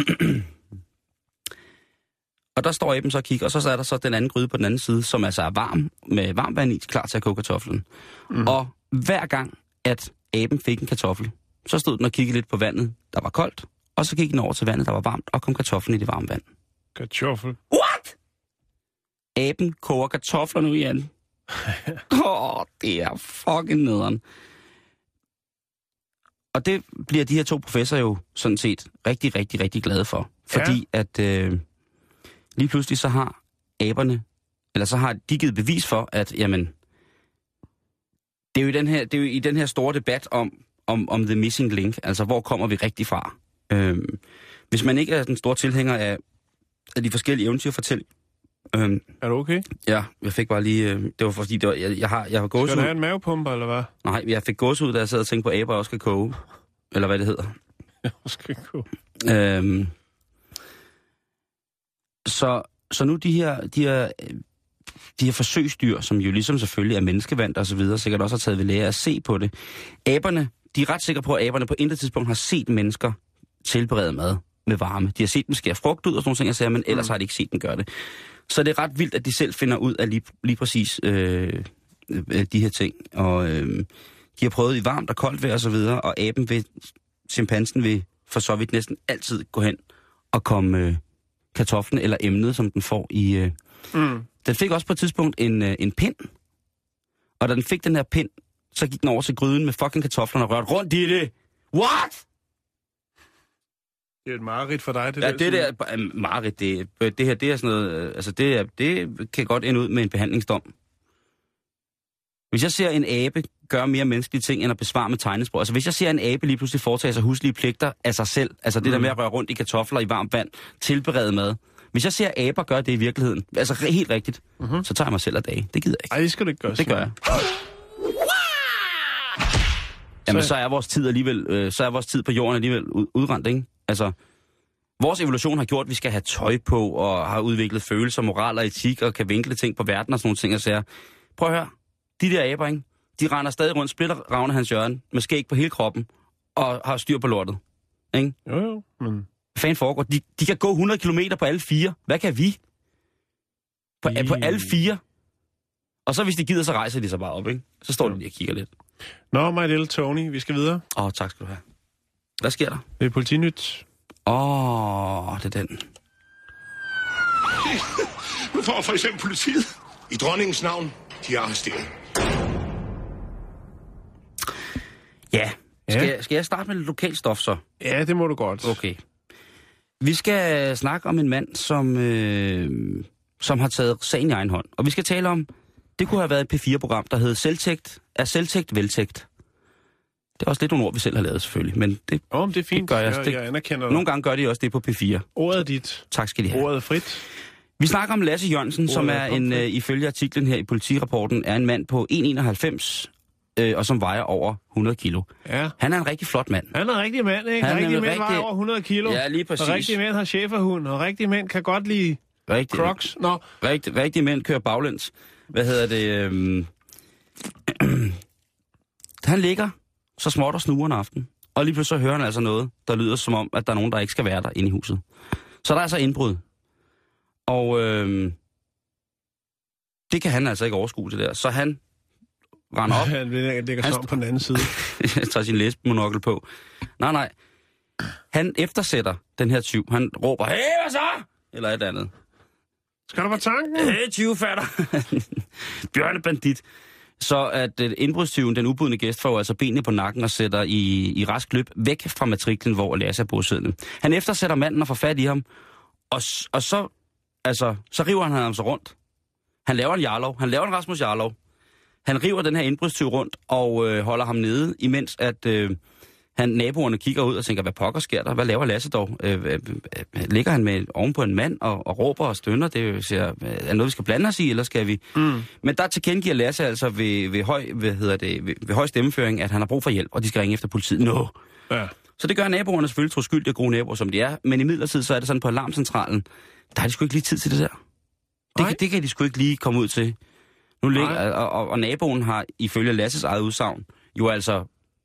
Og der står aben så og kigger, og så er der så den anden gryde på den anden side, som altså er varm, med varmt vand i, klar til at koge kartoflen. Mm. Og hver gang, at aben fik en kartoffel, så stod den og kiggede lidt på vandet, der var koldt, og så gik den over til vandet, der var varmt, og kom kartoflen i det varme vand. Kartoffel? What? Aben koger kartofler nu, Jan. Det er fucking nederen. Og det bliver de her 2 professorer jo sådan set rigtig, rigtig, rigtig glade for. Fordi at lige pludselig så har aberne, eller så har de givet bevis for, at jamen, det er jo i den her store debat om the missing link, altså hvor kommer vi rigtig fra. Hvis man ikke er den store tilhænger af de forskellige eventyrfortællinger. Er du okay? Ja, jeg fik bare lige... det var fordi, jeg har gåsehud. Skal du have en mavepumpe, eller hvad? Nej, jeg fik gåsehud, da jeg sad og tænkte på, at aber også skal koge. Eller hvad det hedder. Jeg skal koge. Så nu de her forsøgsdyr, som jo ligesom selvfølgelig er menneskevandt og så videre, sikkert også har taget ved lære at se på det. Aberne, de er ret sikre på, at aberne på intet tidspunkt har set mennesker tilberede mad med varme. De har set dem skære frugt ud og sådan nogle ting, men ellers har de ikke set dem gøre det. Så det er ret vildt, at de selv finder ud af lige præcis de her ting. Og de har prøvet i varmt og koldt vejr og så videre, og chimpansen vil for så vidt næsten altid gå hen og komme kartoflen eller emnet, som den får i... Den fik også på et tidspunkt en pind. Og da den fik den her pind, så gik den over til gryden med fucking kartoflerne og rørte rundt i det. What? Det er et mareridt for dig, det ja, der. Det der mareridt, det her, det er sådan noget... Altså, det kan godt ende ud med en behandlingsdom. Hvis jeg ser en abe gøre mere menneskelige ting, end at besvare med tegnesprog. Altså, hvis jeg ser en abe lige pludselig foretage sig huslige pligter af sig selv, altså det der med at røre rundt i kartofler i varmt vand, tilberede mad. Hvis jeg ser aber gøre det i virkeligheden, altså helt rigtigt, så tager jeg mig selv af dage. Det gider jeg ikke. Ej, det skal du ikke gøre. Det gør jeg. Jamen, så er vores tid på jorden alligevel udrendt, ikke? Altså, vores evolution har gjort, at vi skal have tøj på, og har udviklet følelser, moral og etik, og kan vinkle ting på verden og sådan nogle ting, og siger, prøv at høre, de der aber, ikke? De render stadig rundt, splitter Ravne Hans Jørgen, med skæg på hele kroppen, og har styr på lortet, ikke? Jo, men... Hvad fanden foregår? De kan gå 100 kilometer på alle fire. Hvad kan vi? På alle fire? Og så hvis de gider, så rejser de sig bare op, ikke? Så står de lige og kigger lidt. Nå, my little Tony, vi skal videre. Tak skal du have. Hvad sker der? Det er Politinyt. Det er den. For eksempel politiet. I dronningens navn, de er arresteret. Ja. Skal jeg starte med lidt lokalt stof så? Ja, det må du godt. Okay. Vi skal snakke om en mand, som har taget sagen i egen hånd. Og vi skal tale om, det kunne have været et P4-program, der hed selvtægt veltægt. Det er også lidt nogle ord, vi selv har lavet selvfølgelig, men det, det er fint. Det gør jeg. Jeg anerkender dig. Nogle gange gør de også det på P4. Ordet er dit. Tak skal de have. Ordet er frit. Vi snakker om Lasse Jørgensen, som er ifølge artiklen her i politirapporten, er en mand på 1,91 og som vejer over 100 kilo. Ja. Han er en rigtig flot mand. Han er en rigtig mand, ikke? Han rigtig mænd vejer over 100 kilo. Ja, lige præcis. Og rigtige mænd har schæferhund, og rigtige mænd kan godt lide Crocs. Nå. Rigtige mænd kører baglæns. Hvad hedder det? Han ligger så småt og snuger en aften. Og lige pludselig så hører han altså noget, der lyder som om, at der er nogen, der ikke skal være der inde i huset. Så der er altså indbrud. Og det kan han altså ikke overskue det der. Så han render op. Han ligger sådan på den anden side. tager sin læsemonokkel på. Nej. Han eftersætter den her tyv. Han råber, hey, hvad så? Eller et andet. Skal du på tanken? Hey, tyvefatter. Bjørnebandit. Så at indbrudstyven, den ubudne gæst, får altså benene på nakken og sætter i rask løb væk fra matriklen, hvor Lasse er bosiddende. Han eftersætter manden og får fat i ham. Og så river han ham så rundt. Han laver en Jarlov. Han laver en Rasmus Jarlov. Han river den her indbrudstyv rundt og holder ham nede, imens at naboerne kigger ud og tænker, hvad pokker sker der? Hvad laver Lasse dog? Ligger han med ovenpå en mand og råber og stønner? Det siger, er noget, vi skal blande os i, eller skal vi? Men der tilkendegiver Lasse altså ved høj stemmeføring, at han har brug for hjælp, og de skal ringe efter politiet. Ja. Så det gør naboerne selvfølgelig troskyldige og gode naboer, som de er. Men imidlertid så er det sådan på alarmcentralen, der har de sgu ikke lige tid til det der. Det kan de sgu ikke lige komme ud til. Nu ligger, og naboen har ifølge Lasses eget udsagn jo altså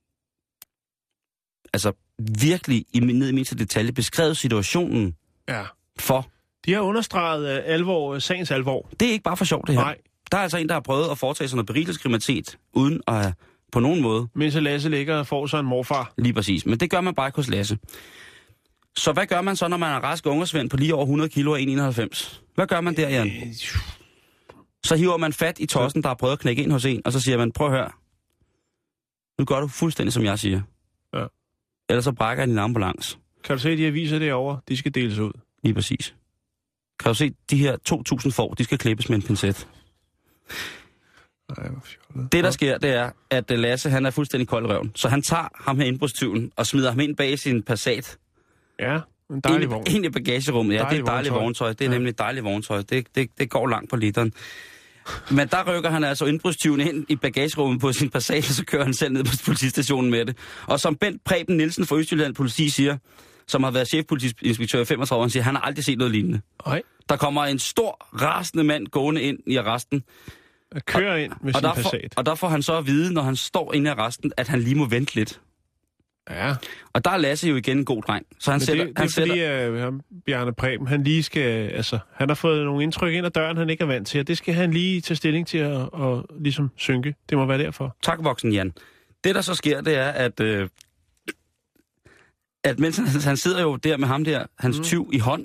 virkelig ned i mindste detalje beskrevet situationen for. De har understreget sagens alvor. Det er ikke bare for sjovt, det her. Nej. Der er altså en, der har prøvet at foretage sig noget berigelseskriminalitet, uden at på nogen måde. Mens Lasse ligger og får sig en morfar. Lige præcis, men det gør man bare ikke hos Lasse. Så hvad gør man så, når man er rask ungersvend på lige over 100 kilo og 1,91? Hvad gør man der, Jan? Så hiver man fat i tossen, der har prøvet at knække ind hos en, og så siger man, prøv at høre. Nu gør du fuldstændig, som jeg siger. Ja. Ellers så brækker jeg din ambulance. Kan du se, de aviser derovre? De skal deles ud. Lige præcis. Kan du se, de her 2.000 får, de skal klippes med en pincet. Nej, hvor fjollet. Det, der sker, det er, at Lasse, han er fuldstændig kold i røven. Så han tager ham her indbrudstyven og smider ham ind bag sin Passat. Ja, en dejlig vogn. Ind i bagagerummet. Ja, det er et dejligt vogntøj. Det er nemlig et dejligt vogntøj. Det går langt på literen. Men der rykker han altså indbrudstyven ind i bagagerummet på sin Passat, og så kører han selv ned på politistationen med det. Og som Bent Preben Nielsen fra Østjylland Politi siger, som har været chefpolitiinspektør i 35 år, han siger, han har aldrig set noget lignende. Nej. Der kommer en stor, rasende mand gående ind i arresten. Kører ind med sin Passat. Og der får han så at vide, når han står inde i arresten, at han lige må vente lidt. Ja. Og der er Lasse jo igen en god dreng. Så han Bjarne Preben, han lige skal, han har fået nogle indtryk ind ad døren, han ikke er vant til, og det skal han lige tage stilling til at ligesom synke. Det må være derfor. Tak, voksen Jan. Det, der så sker, det er, at mens han sidder jo der med ham der, hans tyv i hånden,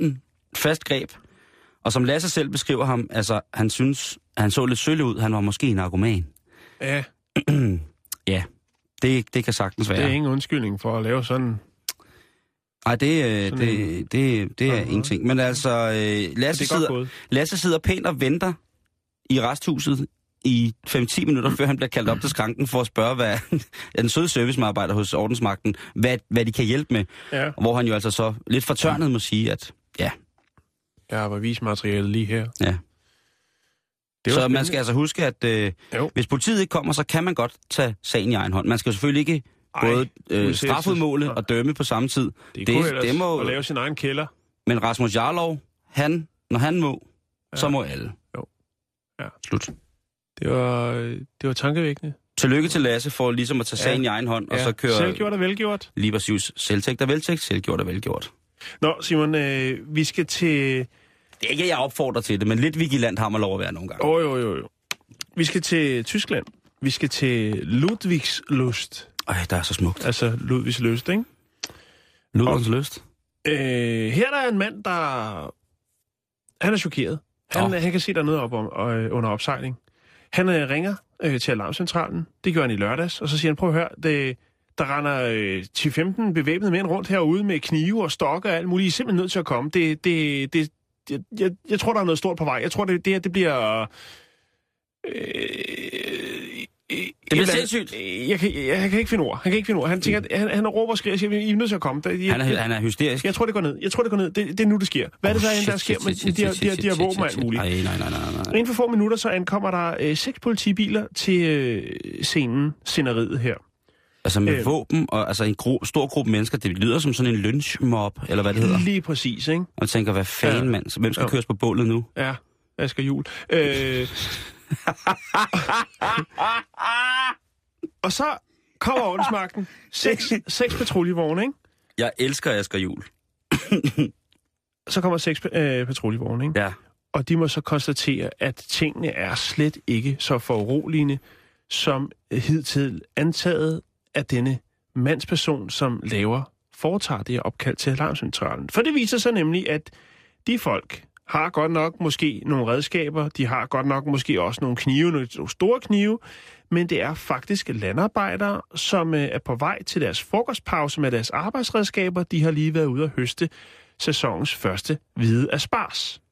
fast greb. Og som Lasse selv beskriver ham, altså, han synes, han så lidt sølle ud. Han var måske en narkoman. Ja. Ja, det kan sagtens være. Det er ingen undskyldning for at lave sådan... Nej, det er ingenting. Men altså, Lasse sidder pænt og venter i resthuset i 5-10 minutter, før han bliver kaldt op til skranken for at spørge, hvad den søde servicemedarbejder hos ordensmagten, hvad de kan hjælpe med. Ja. Hvor han jo altså så lidt fortørnet må sige, at ja. Jeg har bevismaterialet lige her. Ja. Så man skal altså huske, at hvis politiet ikke kommer, så kan man godt tage sagen i egen hånd. Man skal selvfølgelig ikke både strafudmåle og dømme på samme tid. Det må at lave sin egen kælder. Men Rasmus Jarlov, når han må, så må alle. Jo. Ja. Slut. Det var tankevækkende. Tillykke til Lasse for ligesom at tage sagen i egen hånd, og så køre... Selvgjort og velgjort. Lige præcis. Selvtægt og veltægt, selvgjort og velgjort. Nå, Simon, vi skal til... Det er ikke, jeg opfordrer til det, men lidt vigilant har man lov at være nogle gange. Jo. Vi skal til Tyskland. Vi skal til Ludwigslust. Der er så smukt. Altså Ludwigslust, ikke? Ludwigslust. Her der er en mand, der... Han er chokeret. Han kan se dernede op under opsejling. Han ringer til alarmcentralen. Det gør han i lørdags. Og så siger han, prøv at høre, der render 10-15 bevæbnede mænd rundt herude med knive og stokke og alt muligt. I er simpelthen nødt til at komme. Jeg tror, der er noget stort på vej. Jeg tror, det bliver... Det bliver sindssygt. Jeg kan ikke finde ord. Han tænker, han råber og skriger og siger, I er nødt til at komme. Han er hysterisk. Jeg tror, det går ned. Det er nu, det sker. Hvad er det der sker med de her våben og alt muligt? Nej. Inden for få minutter, så ankommer der 6 politibiler til sceneriet her. Altså med våben og altså en stor gruppe mennesker. Det lyder som sådan en lynchmob, eller hvad det hedder. Lige præcis, ikke? Og tænker, hvad fanden, mand? Hvem skal køres på bålet nu? Ja, Asger Juhl. Og så kommer ordensmagten. 6 patruljevogne, ikke? Jeg elsker Asger Juhl. Så kommer 6 patruljevogne, ikke? Ja. Og de må så konstatere, at tingene er slet ikke så foruroligende, som hidtil antaget af denne mandsperson, som foretager det her opkald til alarmcentralen. For det viser sig nemlig, at de folk har godt nok måske nogle redskaber, de har godt nok måske også nogle knive, nogle store knive, men det er faktisk landarbejdere, som er på vej til deres frokostpause med deres arbejdsredskaber. De har lige været ude at høste sæsonens første hvide asparges.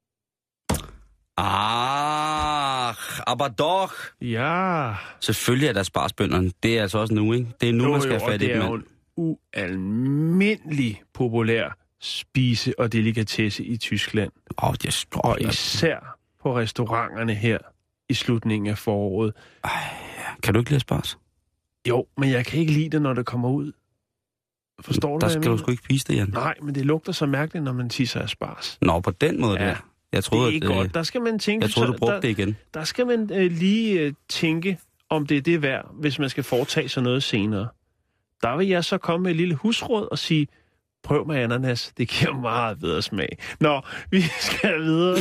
Aber doch. Ja. Selvfølgelig er der aspargesbønderne. Det er altså også nu, ikke? Det er nu, man skal have fat i dem. Det er jo en ualmindelig populær spise- og delikatesse i Tyskland. Og især på restauranterne her i slutningen af foråret. Kan du ikke lide asparges? Jo, men jeg kan ikke lide det, når det kommer ud. Forstår du, hvad jeg mener? Der skal du sgu ikke spise det, Jan. Nej, men det lugter så mærkeligt, når man tisser asparges. Nå, på den måde der. Jeg troede, det er ikke godt. Der skal man tænke... Jeg troede, du brugte det igen. Der skal man lige tænke, om det er det værd, hvis man skal foretage sig noget senere. Der vil jeg så komme med et lille husråd og sige, prøv med ananas. Det giver meget bedre smag. Nå, vi skal videre.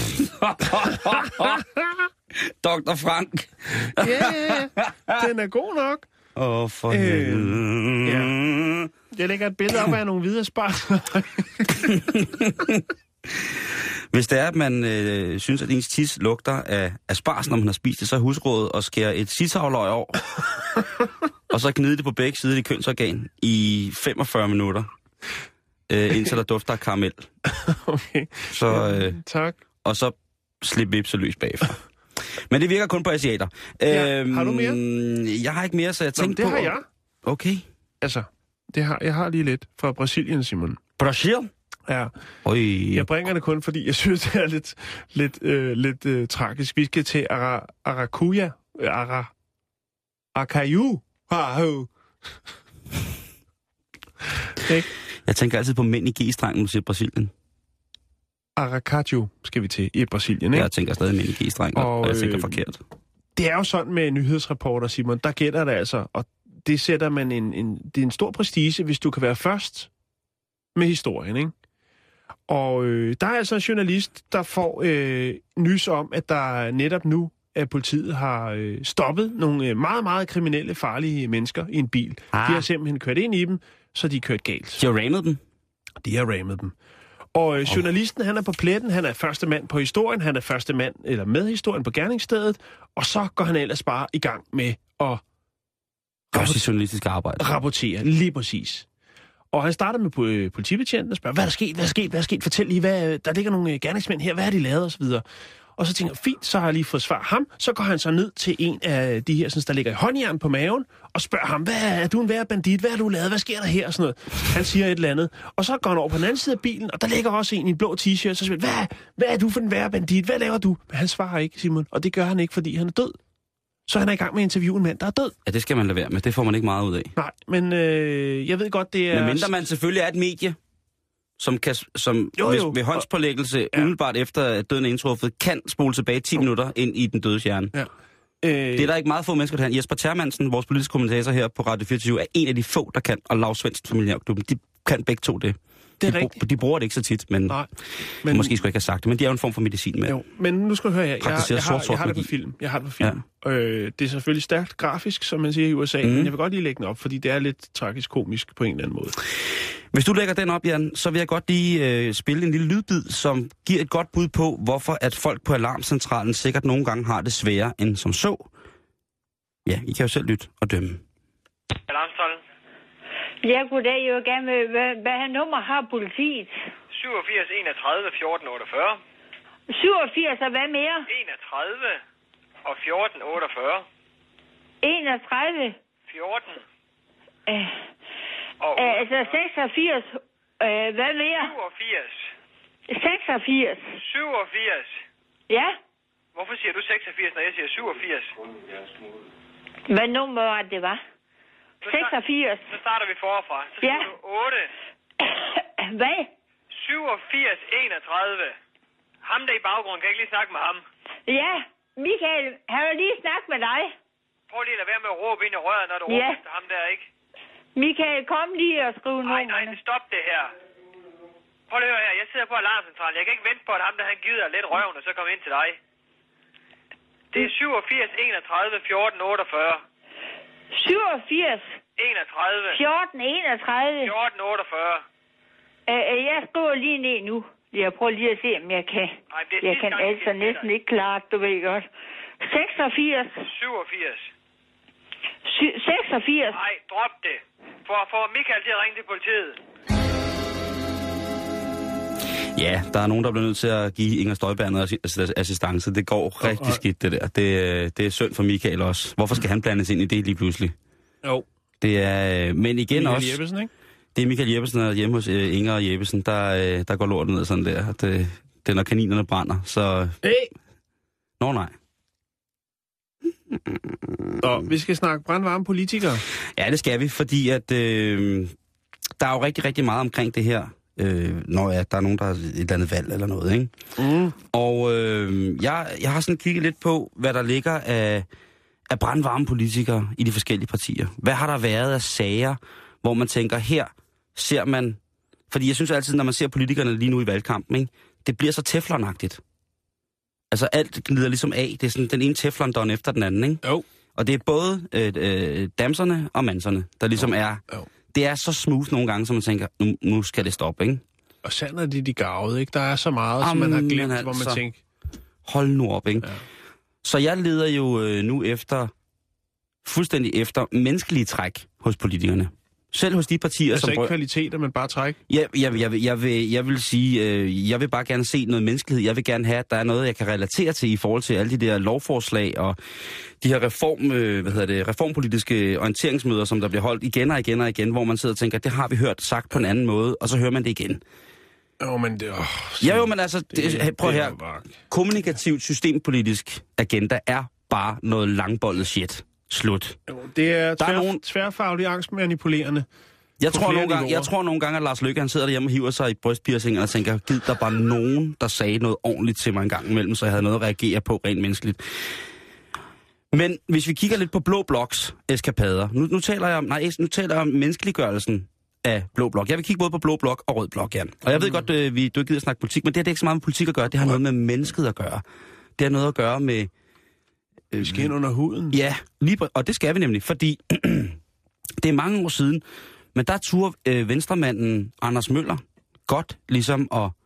Dr. Frank. Ja. Den er god nok. For helvede. Ja. Jeg lægger et billede op af nogle hvide asparges. Hvis det er, at man synes, at ens tis lugter af asparges, når man har spist det, så er husrådet at skære et sitavløg over, og så gnide det på begge sider i kønsorgan i 45 minutter, indtil der dufter af karamel. Okay. Så, tak. Og så slip vipse løs bagfra. Men det virker kun på asiater. Har du mere? Jeg har ikke mere, så jeg tænkte på... Det har jeg. Okay. Altså, jeg har lige lidt fra Brasilien, Simon. Brasil? Ja. Oj. Jeg bringer det kun, fordi jeg synes, det er lidt tragisk. Vi skal til Aracuia. Aracaju. Jeg tænker altid på mænd i G-strengen, til Brasilien. Aracaju skal vi til i Brasilien, ikke? Jeg tænker stadig mænd i G-strengen, og jeg tænker forkert. Det er jo sådan med nyhedsreporter, Simon. Der gætter det altså, og det sætter man det er en stor prestige, hvis du kan være først med historien, ikke? Og der er altså en journalist, der får nys om, at der netop nu, at politiet har stoppet nogle meget, meget kriminelle, farlige mennesker i en bil. De har simpelthen kørt ind i dem, så de er kørt galt. De har rammet dem? De har rammet dem. Og journalisten, han er på pletten, han er første mand på historien, han er første mand eller med historien på gerningsstedet, og så går han ellers bare i gang med at journalistisk arbejde. Rapportere, lige præcis. Og han starter med politibetjenten og spørger, hvad er der sket? Fortæl lige, der ligger nogle gerningsmænd her, hvad har de lavet, og så videre. Og så tænker jeg, fint, så har jeg lige fået svar ham. Så går han så ned til en af de her, sådan, der ligger i håndjern på maven, og spørger ham, er du en værre bandit? Hvad har du lavet? Hvad sker der her? Og sådan noget. Han siger et eller andet. Og så går han over på den anden side af bilen, og der ligger også en i en blå t-shirt. Så siger han, hvad er du for en værre bandit? Hvad laver du? Men han svarer ikke, Simon. Og det gør han ikke, fordi han er død. Så han er i gang med at interviewe en mand, der er død. Ja, det skal man lade være med. Det får man ikke meget ud af. Nej, men jeg ved godt, det er... Men mindre man selvfølgelig er et medie, som ved håndspålæggelse, umiddelbart efter at døden er indtruffet, kan spole tilbage 10 minutter ind i den dødes hjerne. Ja. Det er der ikke meget få mennesker, der kan. Jesper Termansen, vores politiske kommentator her på Radio 24, er en af de få, der kan, og Lars Svendsen fra Millionærklubben, de kan begge to det. Det er rigtigt. De bruger det ikke så tit, men måske skulle jeg ikke have sagt det, men de er jo en form for medicin med. Jo, men nu skal du høre her. Jeg har det på film. Ja. Det er selvfølgelig stærkt grafisk, som man siger i USA, men jeg vil godt lige lægge den op, fordi det er lidt tragisk-komisk på en eller anden måde. Hvis du lægger den op, Jan, så vil jeg godt lige spille en lille lydbid, som giver et godt bud på, hvorfor at folk på Alarmcentralen sikkert nogle gange har det sværere end som så. Ja, I kan jo selv lytte og dømme. Alarmcentralen? Ja, goddag. Jeg vil gerne med, hvad nummer har politiet? 87 31 14 48. 87 og hvad mere? 31 og 14 48. 31? 14. Altså 86. Hvad mere? 87. 86. 87. Ja? Hvorfor siger du 86, når jeg siger 87? Hvad nummer var det, var? 86. Så starter vi forfra. Så siger du 8. Hvad? 87 31. Ham der i baggrunden, kan jeg ikke lige snakke med ham? Ja, Michael, han vil lige snakke med dig. Prøv lige at lade være med at råbe ind i røret, når du råber efter ham der, ikke? Michael, kom lige og skriv nummerne. Nej, stop det her. Prøv lige at høre her, jeg sidder på Alarmcentralen. Jeg kan ikke vente på, at ham der han gider lidt røven, og så kommer ind til dig. Det er 87 31 14 48. 87 31 14 31 14 48. Jeg skriver lige ned nu. Jeg prøver lige at se, om jeg kan. Jeg kan altså næsten ikke klare, du ved godt. 86 87 86. Nej, drop det. For Michael til at ringe til politiet. Ja, der er nogen, der bliver nødt til at give Inger Støjberg noget assistance. Det går rigtig skidt, det der. Det er synd for Michael også. Hvorfor skal han blandes ind i det lige pludselig? Jo. Det er, men igen Michael også... Jeppesen, ikke? Det er Michael Jeppesen, og hjemme hos Inger og Jeppesen, der går lortet ned sådan der. Det er, når kaninerne brænder, så... Nå, nej. Så vi skal snakke brandvarme politikere. Ja, det skal vi, fordi at der er jo rigtig, rigtig meget omkring det her, når der er nogen, der har et eller andet valg eller noget, ikke? Mm. Og jeg har sådan kigget lidt på, hvad der ligger af brandvarme politikere i de forskellige partier. Hvad har der været af sager, hvor man tænker, her ser man... Fordi jeg synes altid, når man ser politikerne lige nu i valgkampen, ikke? Det bliver så teflonagtigt. Altså alt glider ligesom af. Det er sådan den ene teflondon efter den anden, ikke? Jo. Og det er både damserne og manserne, der ligesom er... Jo. Det er så smooth nogle gange, så man tænker, nu skal det stoppe, ikke? Og sådan er de garvede, ikke? Der er så meget, som man har glemt, altså, hvor man tænker... Hold nu op, ikke? Ja. Så jeg leder jo nu fuldstændig efter menneskelige træk hos politikerne. Selv hos de partier, altså som... ikke kvaliteter, men bare træk? Ja, jeg vil sige, jeg vil bare gerne se noget menneskelighed. Jeg vil gerne have, at der er noget, jeg kan relatere til i forhold til alle de der lovforslag og de her reformpolitiske orienteringsmøder, som der bliver holdt igen og igen og igen, hvor man sidder og tænker, det har vi hørt sagt på en anden måde, og så hører man det igen. Jo, men det... men altså, prøv her. Kommunikativt systempolitisk agenda er bare noget langbollet shit. Slut. Jo, det er tværfaglig angstmanipulerende. Jeg tror nogle gange, at Lars Løkke, han sidder derhjemme og hiver sig i brystpiercingen og tænker, gid der bare nogen, der sagde noget ordentligt til mig en gang imellem, så jeg havde noget at reagere på rent menneskeligt. Men hvis vi kigger lidt på Blå Bloks eskapader, nu taler jeg om menneskeliggørelsen af Blå Blok. Jeg vil kigge både på Blå Blok og Rød Blok, Jan. Og jeg ved godt, du ikke gider at snakke politik, men det er ikke så meget med politik at gøre. Det har noget med mennesket at gøre. Det har noget at gøre med... Vi skal ind under huden. Ja, og det skal vi nemlig, fordi det er mange år siden, men der turde venstremanden Anders Møller godt ligesom at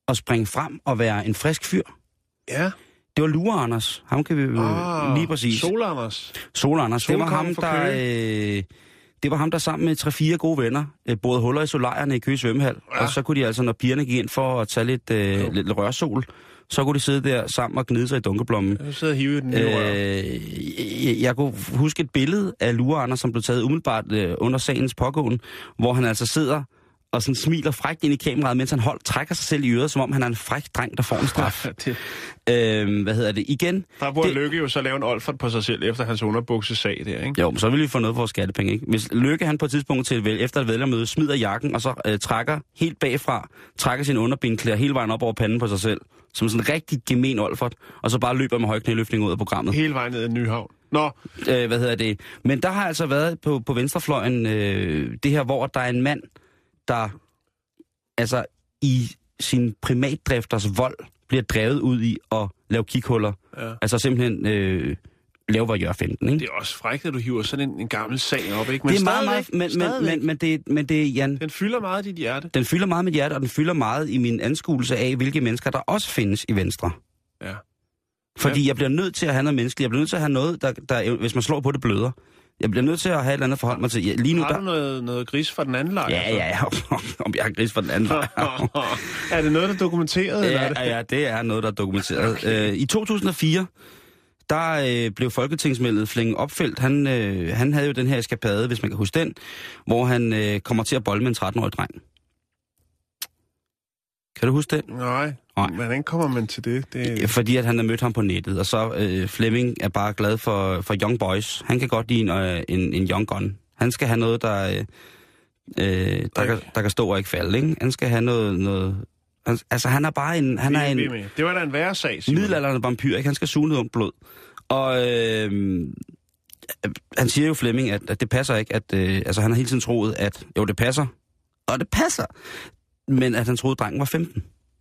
at springe frem og være en frisk fyr. Ja. Det var Lure Anders. Ham kan vi lige præcis. Sol-Anders. Sol-Anders. Det var ham, det var ham, der sammen med 3-4 gode venner borede huller i solarierne i Køge Svømmehal. Ja. Og så kunne de altså, når pigerne gik ind for at tage lidt rørsol, så kunne de sidde der sammen og gnide sig i dunkeblommen. Jeg sidder og hive den nye rør. Jeg kunne huske et billede af Lure Anders, som blev taget umiddelbart under sagens pågåen, hvor han altså sidder og sådan smiler frækt ind i kameraet, mens han trækker sig selv i øret, som om han er en fræk dreng, der får en straf. Igen? Der burde Lykke jo så lave en olfert på sig selv, efter hans underbuksesag der, ikke? Jo, men så vil vi få noget for vores skattepenge, ikke? Hvis Lykke, han på et tidspunkt efter et vælgermøde, smider jakken, og så trækker helt bagfra, trækker sin underbenklæder hele vejen op over panden på sig selv, som sådan en rigtig gemen olfert, og så bare løber med høj knæløftning ud af programmet. Hele vejen ned i Nyhavn. Nå. Men der har altså været på venstrefløjen det her, hvor der er en mand, der altså i sin primatdrifters vold bliver drevet ud i at lave kighuller. Ja. Altså simpelthen lave voyeurfinten, ikke? Det er også frækt, at du hiver sådan en gammel sag op, ikke? Men det er meget, men Jan... Den fylder meget i dit hjerte. Den fylder meget i mit hjerte, og den fylder meget i min anskuelse af, hvilke mennesker der også findes i Venstre. Ja. Fordi jeg bliver nødt til at have noget menneskeligt. Jeg bliver nødt til at have noget, der hvis man slår på det, bløder. Jeg bliver nødt til at have et eller andet forhold mig til. Lige nu, har du noget gris fra den anden lejr? Ja, om jeg har gris fra den anden lejr. Er det noget, der er dokumenteret? Ja, det er noget, der er dokumenteret. Okay. I 2004, der blev folketingsmedlemmet Flemming Opfeldt. Han havde jo den her eskapade, hvis man kan huske den, hvor han kommer til at bolle med en 13-årig dreng. Kan du huske den? Nej. Hvordan kommer man til det? Fordi at han har mødt ham på nettet, og så Flemming er bare glad for young boys. Han kan godt lide en young gun. Han skal have noget, der kan stå og ikke falde, ikke? Han skal have noget altså han er bare en... Det var da en værre sag, Simon. Middelalderende vampyr, ikke? Han skal suge noget om blod. Og han siger jo, Flemming, at det passer ikke, at... altså han har hele tiden troet, at jo, det passer. Og det passer. Men at han troede, at drengen var 15.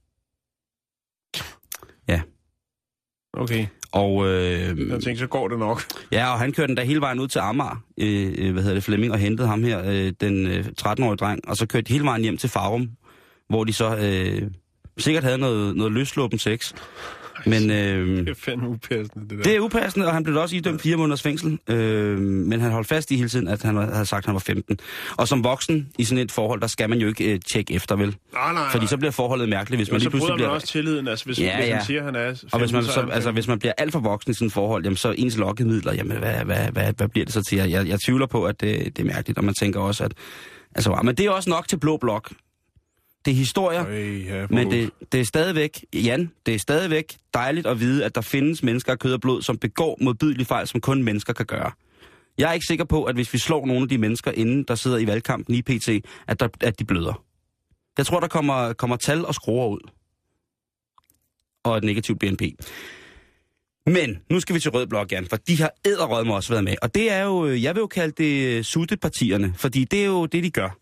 Ja. Okay. Og... jeg tænkte, så går det nok. Ja, og han kørte den der hele vejen ud til Amager, Flemming, og hentede ham her, den 13-årige dreng. Og så kørte de hele vejen hjem til Farum, hvor de så sikkert havde noget løsluppen sex. Men, det er fandme upassende, det der. Det er upassende, og han blev også idømt 4 måneders fængsel. Men han holdt fast i hele tiden, at han havde sagt, at han var 15. Og som voksen i sådan et forhold, der skal man jo ikke tjekke efter, vel? Nej. Fordi så bliver forholdet mærkeligt, hvis man lige pludselig bliver... Så også tilliden, altså hvis han siger, han er 15, og hvis man bliver alt for voksen i sådan et forhold, jamen så ens lokkemidler, jamen hvad bliver det så til? Jeg tvivler på, at det er mærkeligt, og man tænker også, at... Altså, men det er også nok til blå blok. Det er historier, men det er stadigvæk, Jan, det er stadigvæk dejligt at vide, at der findes mennesker af kød og blod, som begår modbydelige fejl, som kun mennesker kan gøre. Jeg er ikke sikker på, at hvis vi slår nogle af de mennesker inden, der sidder i valgkampen i PT, at de bløder. Jeg tror, der kommer tal og skruer ud. Og et negativt BNP. Men nu skal vi til Rød Blok, Jan, for de har edderrødme også været med. Og det er jo, jeg vil jo kalde det suttepartierne, fordi det er jo det, de gør.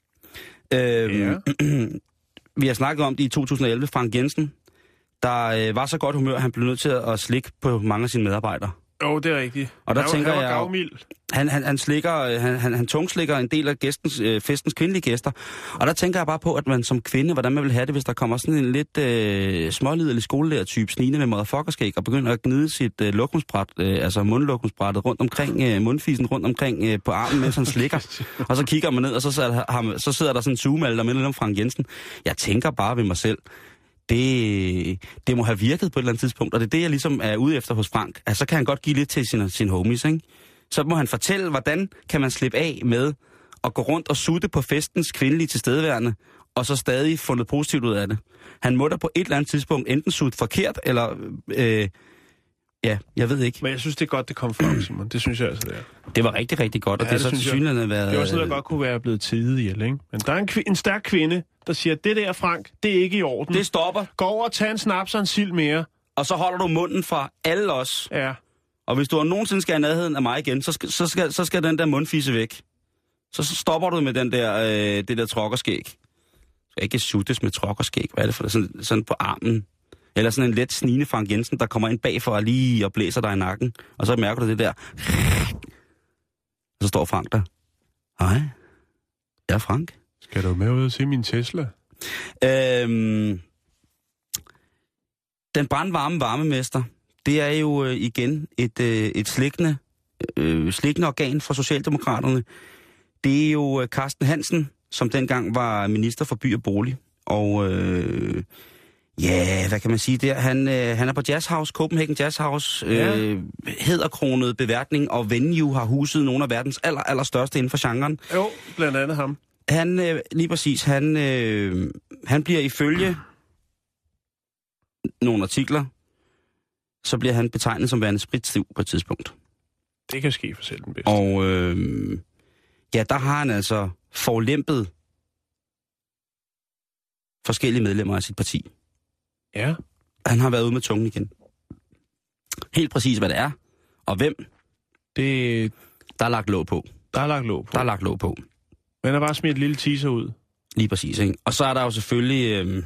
Vi har snakket om det i 2011. Frank Jensen, der var så godt humør, han blev nødt til at slikke på mange af sine medarbejdere. Jo, det er rigtigt. Og der tænker jeg, han han tungslikker en del af festens kvindelige gæster. Og der tænker jeg bare på, at man som kvinde, hvordan man vil have det, hvis der kommer sådan en lidt småliderlig skolelærer-type snigende med motherfuckerskæg og begynder at gnide sit lukningsbræt, altså mundlukningsbrættet rundt omkring, mundfisen rundt omkring på armen, mens han slikker. Og så kigger man ned, og så sidder der sådan en zoomalder med Frank Jensen. Jeg tænker bare ved mig selv, det må have virket på et eller andet tidspunkt, og det er det, jeg ligesom er ude efter hos Frank. Altså, så kan han godt give lidt til sine homies, ikke? Så må han fortælle, hvordan kan man slippe af med at gå rundt og sutte på festens kvindelige tilstedeværende, og så stadig få noget positivt ud af det. Han må da på et eller andet tidspunkt enten sutte forkert, eller... ja, jeg ved ikke. Men jeg synes, det er godt, det kom frem, Simon. Det synes jeg altså, det er. Det var rigtig, rigtig godt, og det så tilsyneladende været... Det var sådan, der godt kunne være blevet tidet ihjel, ikke? Men der er en stærk kvinde, der siger, det der, Frank, det er ikke i orden. Det stopper. Gå over og tag en snaps og en sild mere. Og så holder du munden fra alle os. Ja. Og hvis du nogensinde skal i nærheden af mig igen, så skal den der mundfise væk. Så stopper du med det der trokkerskæg. Du skal ikke suttes med trokkerskæg. Hvad er det for det? Sådan på armen. Eller sådan en let snigende Frank Jensen, der kommer ind bagfor lige og blæser dig i nakken. Og så mærker du det der. Og så står Frank der. Hej. Jeg er Frank. Skal du med ud og se min Tesla? Den brandvarme varmemester, det er jo igen et slikkende organ for Socialdemokraterne. Det er jo Carsten Hansen, som dengang var minister for by og bolig. Og hvad kan man sige der? Han er på Jazz House, Copenhagen Jazz House, hæderkronet beværtning, og Venue har huset nogle af verdens allerstørste inden for genren. Jo, blandt andet ham. Han, lige præcis, han bliver ifølge nogle artikler, så bliver han betegnet som værende spritstiv på et tidspunkt. Det kan ske for selv den bedste. Og der har han altså forlempet forskellige medlemmer af sit parti. Ja. Han har været ude med tungen igen. Helt præcis, hvad det er, og hvem, der er lagt låg på. Der er lagt låg på. Man har bare smidt et lille teaser ud. Lige præcis, ikke? Og så er der jo selvfølgelig...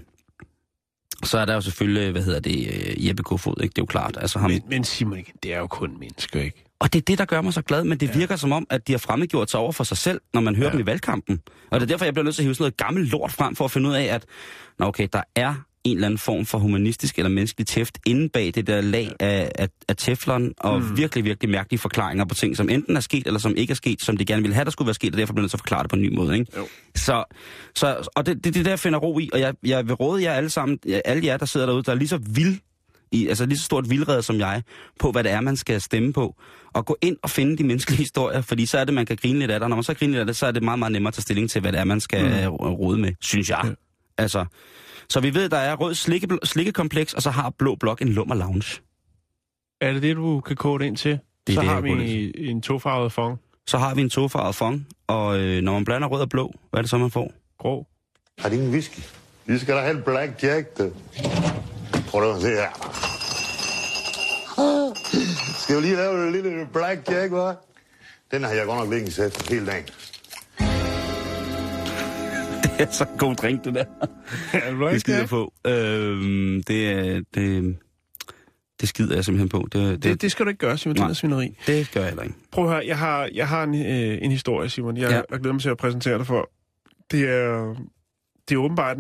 Jeppe Kofod, ikke? Det er jo klart. Altså, ham... Men Simon, det er jo kun mennesker, ikke? Og det er det, der gør mig så glad, men det virker som om, at de har fremmedgjort sig over for sig selv, når man hører dem i valgkampen. Og det er derfor, jeg bliver nødt til at hive sådan noget gammelt lort frem, for at finde ud af, at der er en eller anden form for humanistisk eller menneskelig tæft inde bag det der lag af teflon, og virkelig, virkelig mærkelige forklaringer på ting, som enten er sket, eller som ikke er sket, som de gerne ville have, der skulle være sket, og derfor bliver nødt til at forklare det på en ny måde, ikke? Jo. Og det er det, jeg finder ro i, og jeg vil råde jer alle sammen, alle jer, der sidder derude, der er lige så lige så stort vildrede som jeg, på hvad det er, man skal stemme på, og gå ind og finde de menneskelige historier, fordi så er det, man kan grine lidt af det, når man så griner lidt af det, så er det meget, meget nemmere at tage stilling til, hvad det er, man skal rode med, synes jeg. Ja. Altså, så vi ved, der er rød slikkekompleks, og så har blå blok en lummer lounge. Er det det, du kan kode ind til? Så har vi en tofarvet fong. Så har vi en tofarvet fong, og når man blander rød og blå, hvad er det så, man får? Grå. Har det ingen whisky? Vi skal da have en Black Jack, det. Prøv at se her. Skal vi lige lave en lille Black Jack, hva'? Den har jeg godt nok liggende sæt hele dagen. Det er så en god drink, det der. Det skider på. Det skider jeg simpelthen på. Det skal du ikke gøre, Simon. Det er svineri. Det gør jeg heller ikke. Prøv at høre, jeg har en historie, Simon. Jeg glæder mig til at præsentere dig for. Det er åbenbart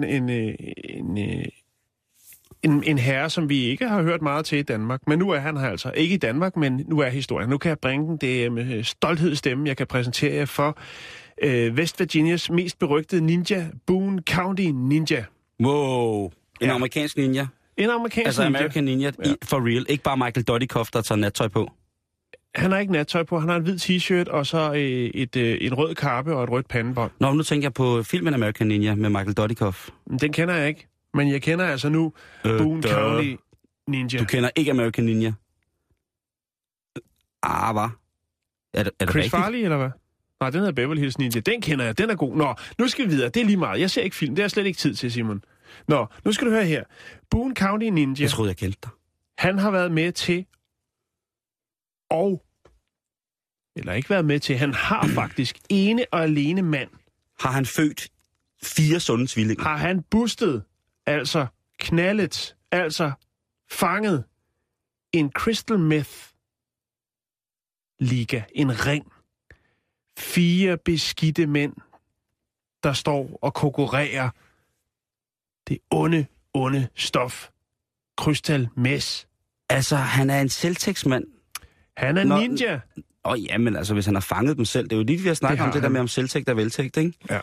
en herre, som vi ikke har hørt meget til i Danmark. Men nu er han her altså. Ikke i Danmark, men nu er historien. Nu kan jeg bringe den. Det er med stolthedsstemme, jeg kan præsentere jer for West Virginias mest berygtede ninja, Boone County Ninja. Wow. En amerikansk ninja? En amerikansk ninja. American Ninja, for real. Ikke bare Michael Dudikoff, der tager nattøj på? Han har ikke nattøj på. Han har en hvid t-shirt, og så en rød kappe og et rødt pandebånd. Nå, nu tænker jeg på filmen American Ninja med Michael Dudikoff. Den kender jeg ikke. Men jeg kender altså nu Boone County Ninja. Du kender ikke American Ninja? Hvad? Er det Chris rigtigt? Farley, eller hvad? Nej, den hedder Beverly Hills Ninja. Den kender jeg. Den er god. Nå, nu skal vi videre. Det er lige meget. Jeg ser ikke film. Det er slet ikke tid til, Simon. Nå, nu skal du høre her. Boone County Ninja. Jeg troede, jeg kendte dig. Han har været med til eller ikke været med til. Han har faktisk ene og alene mand. Har han født 4 sunde tvillinger? Har han bustet, altså knaldet, altså fanget en crystal meth liga, en ring. 4 beskidte mænd, der står og konkurrerer det onde stof. Crystal meth. Altså, han er en selvtægtsmand. Han er ninja. Jamen, altså, hvis han har fanget dem selv. Det er jo lige, vi har snakket om det der med om selvtægt og veltægt, ikke? Ja.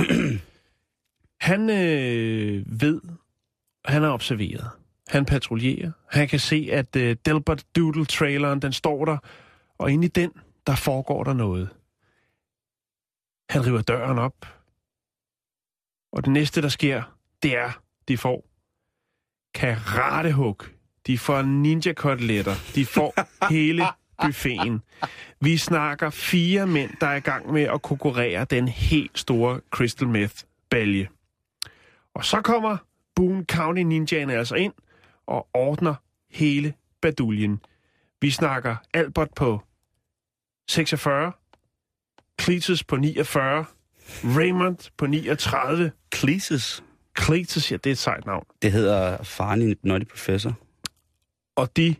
Han ved, han er observeret. Han patruljerer. Han kan se, at Delbert Doodle-traileren, den står der. Og inde i den, der foregår der noget. Han river døren op. Og det næste, der sker, det er, de får karatehug. De får ninja-koteletter. De får hele buffeten. Vi snakker 4 mænd, der er i gang med at konkurrere den helt store crystal meth-balje. Og så kommer Boone County Ninjaen altså ind og ordner hele baduljen. Vi snakker Albert på 46, Cletus på 49, Raymond på 39. Cletus, ja, det er et sejt navn. Det hedder faren i Nutty Professor. Og de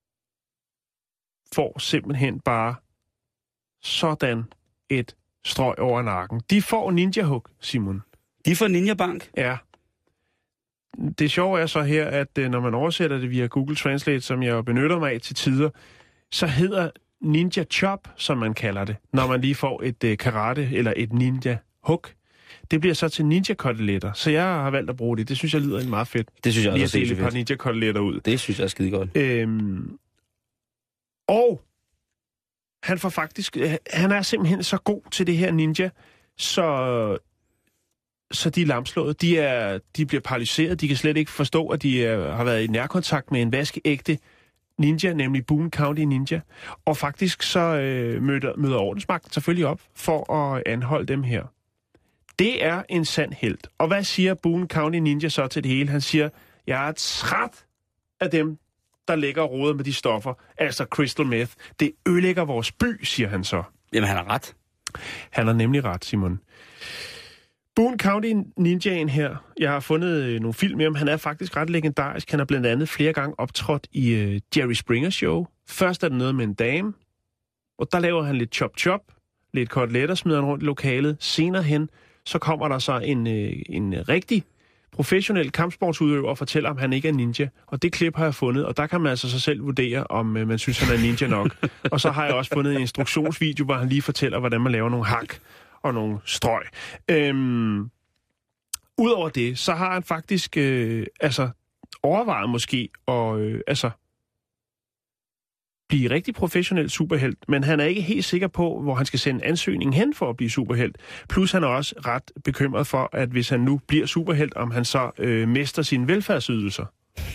får simpelthen bare sådan et strøg over nakken. De får ninja-hug, Simon. De får ninja-bank? Ja. det sjove er så her, at når man oversætter det via Google Translate, som jeg benytter mig af til tider, så hedder ninja chop, som man kalder det, når man lige får et karate eller et ninja hook. Det bliver så til ninja-koteletter, så jeg har valgt at bruge det. Det synes jeg lyder meget fedt. Det synes jeg også er sindssygt fedt. Lige at dele et par ninja-koteletter ud. Det synes jeg er skide godt. Og han får faktisk... Han er simpelthen så god til det her ninja, så de er lamslået. De bliver paralyseret. De kan slet ikke forstå, at de har været i nærkontakt med en vaskeægte ninja, nemlig Boone County Ninja. Og faktisk så møder ordensmagten selvfølgelig op for at anholde dem her. Det er en sand helt. Og hvad siger Boone County Ninja så til det hele? Han siger, jeg er træt af dem, der ligger og roder med de stoffer, altså crystal meth. Det ødelægger vores by, siger han så. Jamen, han har ret. Han har nemlig ret, Simon. Boone County Ninjaen her, jeg har fundet nogle film med ham, han er faktisk ret legendarisk. Han har blandt andet flere gange optrådt i Jerry Springer Show. Først er det noget med en dame, og der laver han lidt chop-chop, lidt koteletter, smider han rundt i lokalet. Senere hen, så kommer der så en rigtig professionel kampsportsudøver og fortæller, om han ikke er ninja. Og det klip har jeg fundet, og der kan man altså sig selv vurdere, om man synes, han er ninja nok. Og så har jeg også fundet en instruktionsvideo, hvor han lige fortæller, hvordan man laver nogle hak og nogle strøg. Udover det, så har han faktisk overvejet måske at blive rigtig professionel superhelt, men han er ikke helt sikker på, hvor han skal sende ansøgningen hen for at blive superhelt. Plus han er også ret bekymret for, at hvis han nu bliver superhelt, om han så mister sine velfærdsydelser.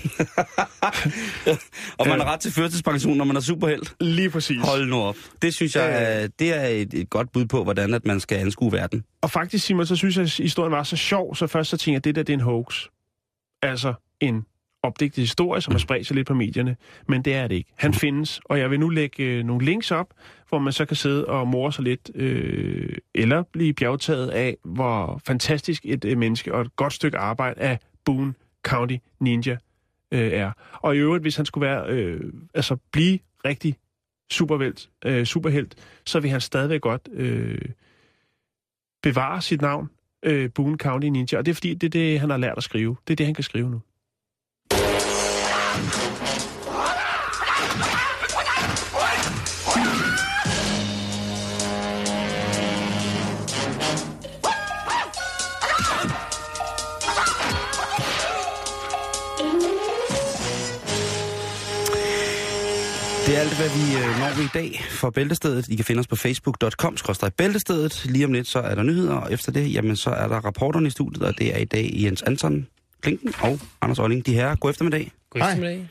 Og man har ret til førtidspension, når man er superhelt. Lige præcis. Hold nu op. Det synes jeg, det er et godt bud på, hvordan at man skal anskue verden. Og faktisk, Simon, så synes jeg, at historien var så sjov, så først så tænkte jeg, at det er en hoax. Altså en opdigtet historie, som har spredt sig lidt på medierne, men det er det ikke. Han findes, og jeg vil nu lægge nogle links op, hvor man så kan sidde og more sig lidt, eller blive bjergtaget af, hvor fantastisk et menneske og et godt stykke arbejde af Boone County Ninja er. Og i øvrigt, hvis han skulle være, blive rigtig superhelt, så vil han stadigvæk godt bevare sit navn, Boone County Ninja, og det er fordi, det er det, han har lært at skrive. Det er det, han kan skrive nu. Det er alt, hvad vi når i dag for Bæltestedet. I kan finde os på facebook.com/bæltestedet. Lige om lidt, så er der nyheder, og efter det, jamen, så er der rapporterne i studiet, og det er i dag Jens Anton Klinken og Anders Olling. De her, god eftermiddag. God eftermiddag.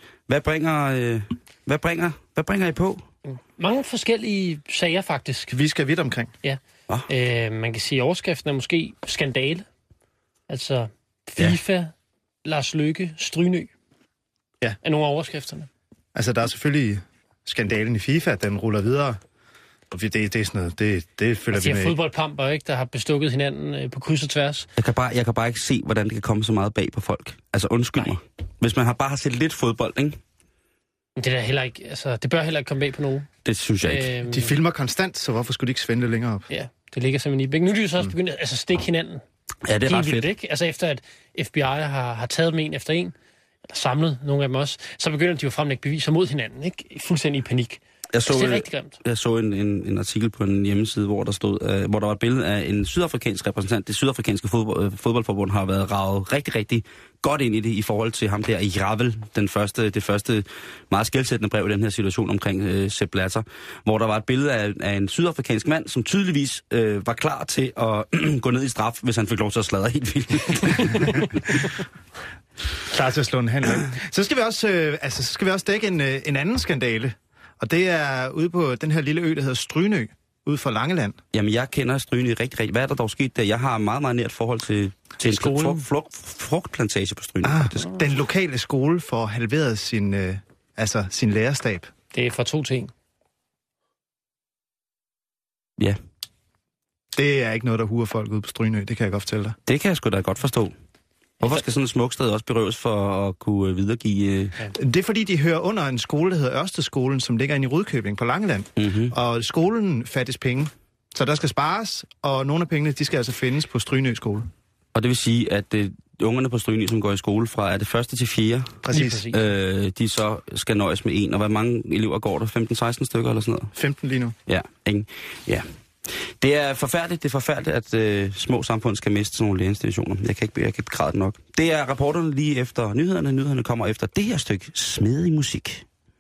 Hvad bringer I på? Mange forskellige sager, faktisk. Vi skal vidt omkring. Ja. Man kan sige, at overskriften er måske skandale. Altså FIFA, Lars Løkke, Strynø. Ja. Er nogle af overskrifterne. Altså, der er selvfølgelig skandalen i FIFA, den ruller videre. Og det er sådan noget, det følger vi med. De her fodboldpamper, ikke, der har bestukket hinanden på kryds og tværs. Jeg kan bare ikke se, hvordan det kan komme så meget bag på folk. Altså, undskyld mig. Hvis man bare har set lidt fodbold, ikke? Men det er heller ikke, altså, det bør heller ikke komme bag på nogen. Det synes jeg ikke. De filmer konstant, så hvorfor skulle de ikke svinde længere op? Ja, det ligger simpelthen i begge. Nu er de jo så også begyndt at stikke hinanden. Ja, det er ret fedt. Ikke? Altså efter at FBI har taget dem en efter en, eller samlet nogle af dem også, så begynder de jo at fremlægge beviser mod hinanden, ikke? Fuldstændig i panik. Det er rigtig grimt. Jeg så en artikel på en hjemmeside, hvor der stod, hvor der var et billede af en sydafrikansk repræsentant. Det sydafrikanske fodboldforbund har været raget rigtig, rigtig godt ind i det i forhold til ham der i Javel, det første meget skelsættende brev i den her situation omkring Sepp Blatter, hvor der var et billede af en sydafrikansk mand, som tydeligvis var klar til at gå ned i straf, hvis han fik lov til at sladre helt vildt. Klar til at slå en handel. Så skal vi også dække en anden skandale. Og det er ude på den her lille ø, der hedder Strynø, ude for Langeland. Jamen, jeg kender Strynø rigtig. Hvad er der dog sket der? Jeg har meget, meget nært forhold til en frugtplantage på Strynø. Den lokale skole får halveret sin lærerstab. Det er for 2 ting. Ja. Det er ikke noget, der huer folk ude på Strynø, det kan jeg godt fortælle dig. Det kan jeg sgu da godt forstå. Hvorfor skal sådan et smukt sted også berøves for at kunne videregive... Det er fordi, de hører under en skole, der hedder Ørsteskolen, som ligger inde i Rudkøbing på Langeland. Mm-hmm. Og skolen fattes penge, så der skal spares, og nogle af pengene, de skal altså findes på Strynø skole. Og det vil sige, at ungerne på Strynø, som går i skole fra er det 1. til 4. Præcis. De så skal nøjes med en. Og hvor mange elever går der? 15-16 stykker eller sådan noget? 15 lige nu. Ja, ikke? Ja. Det er forfærdeligt, at små samfund skal miste sådan nogle lærerinstitutioner. Jeg kan ikke begræde det nok. Det er rapporterne lige efter nyhederne. Nyhederne kommer efter det her stykke smedig musik.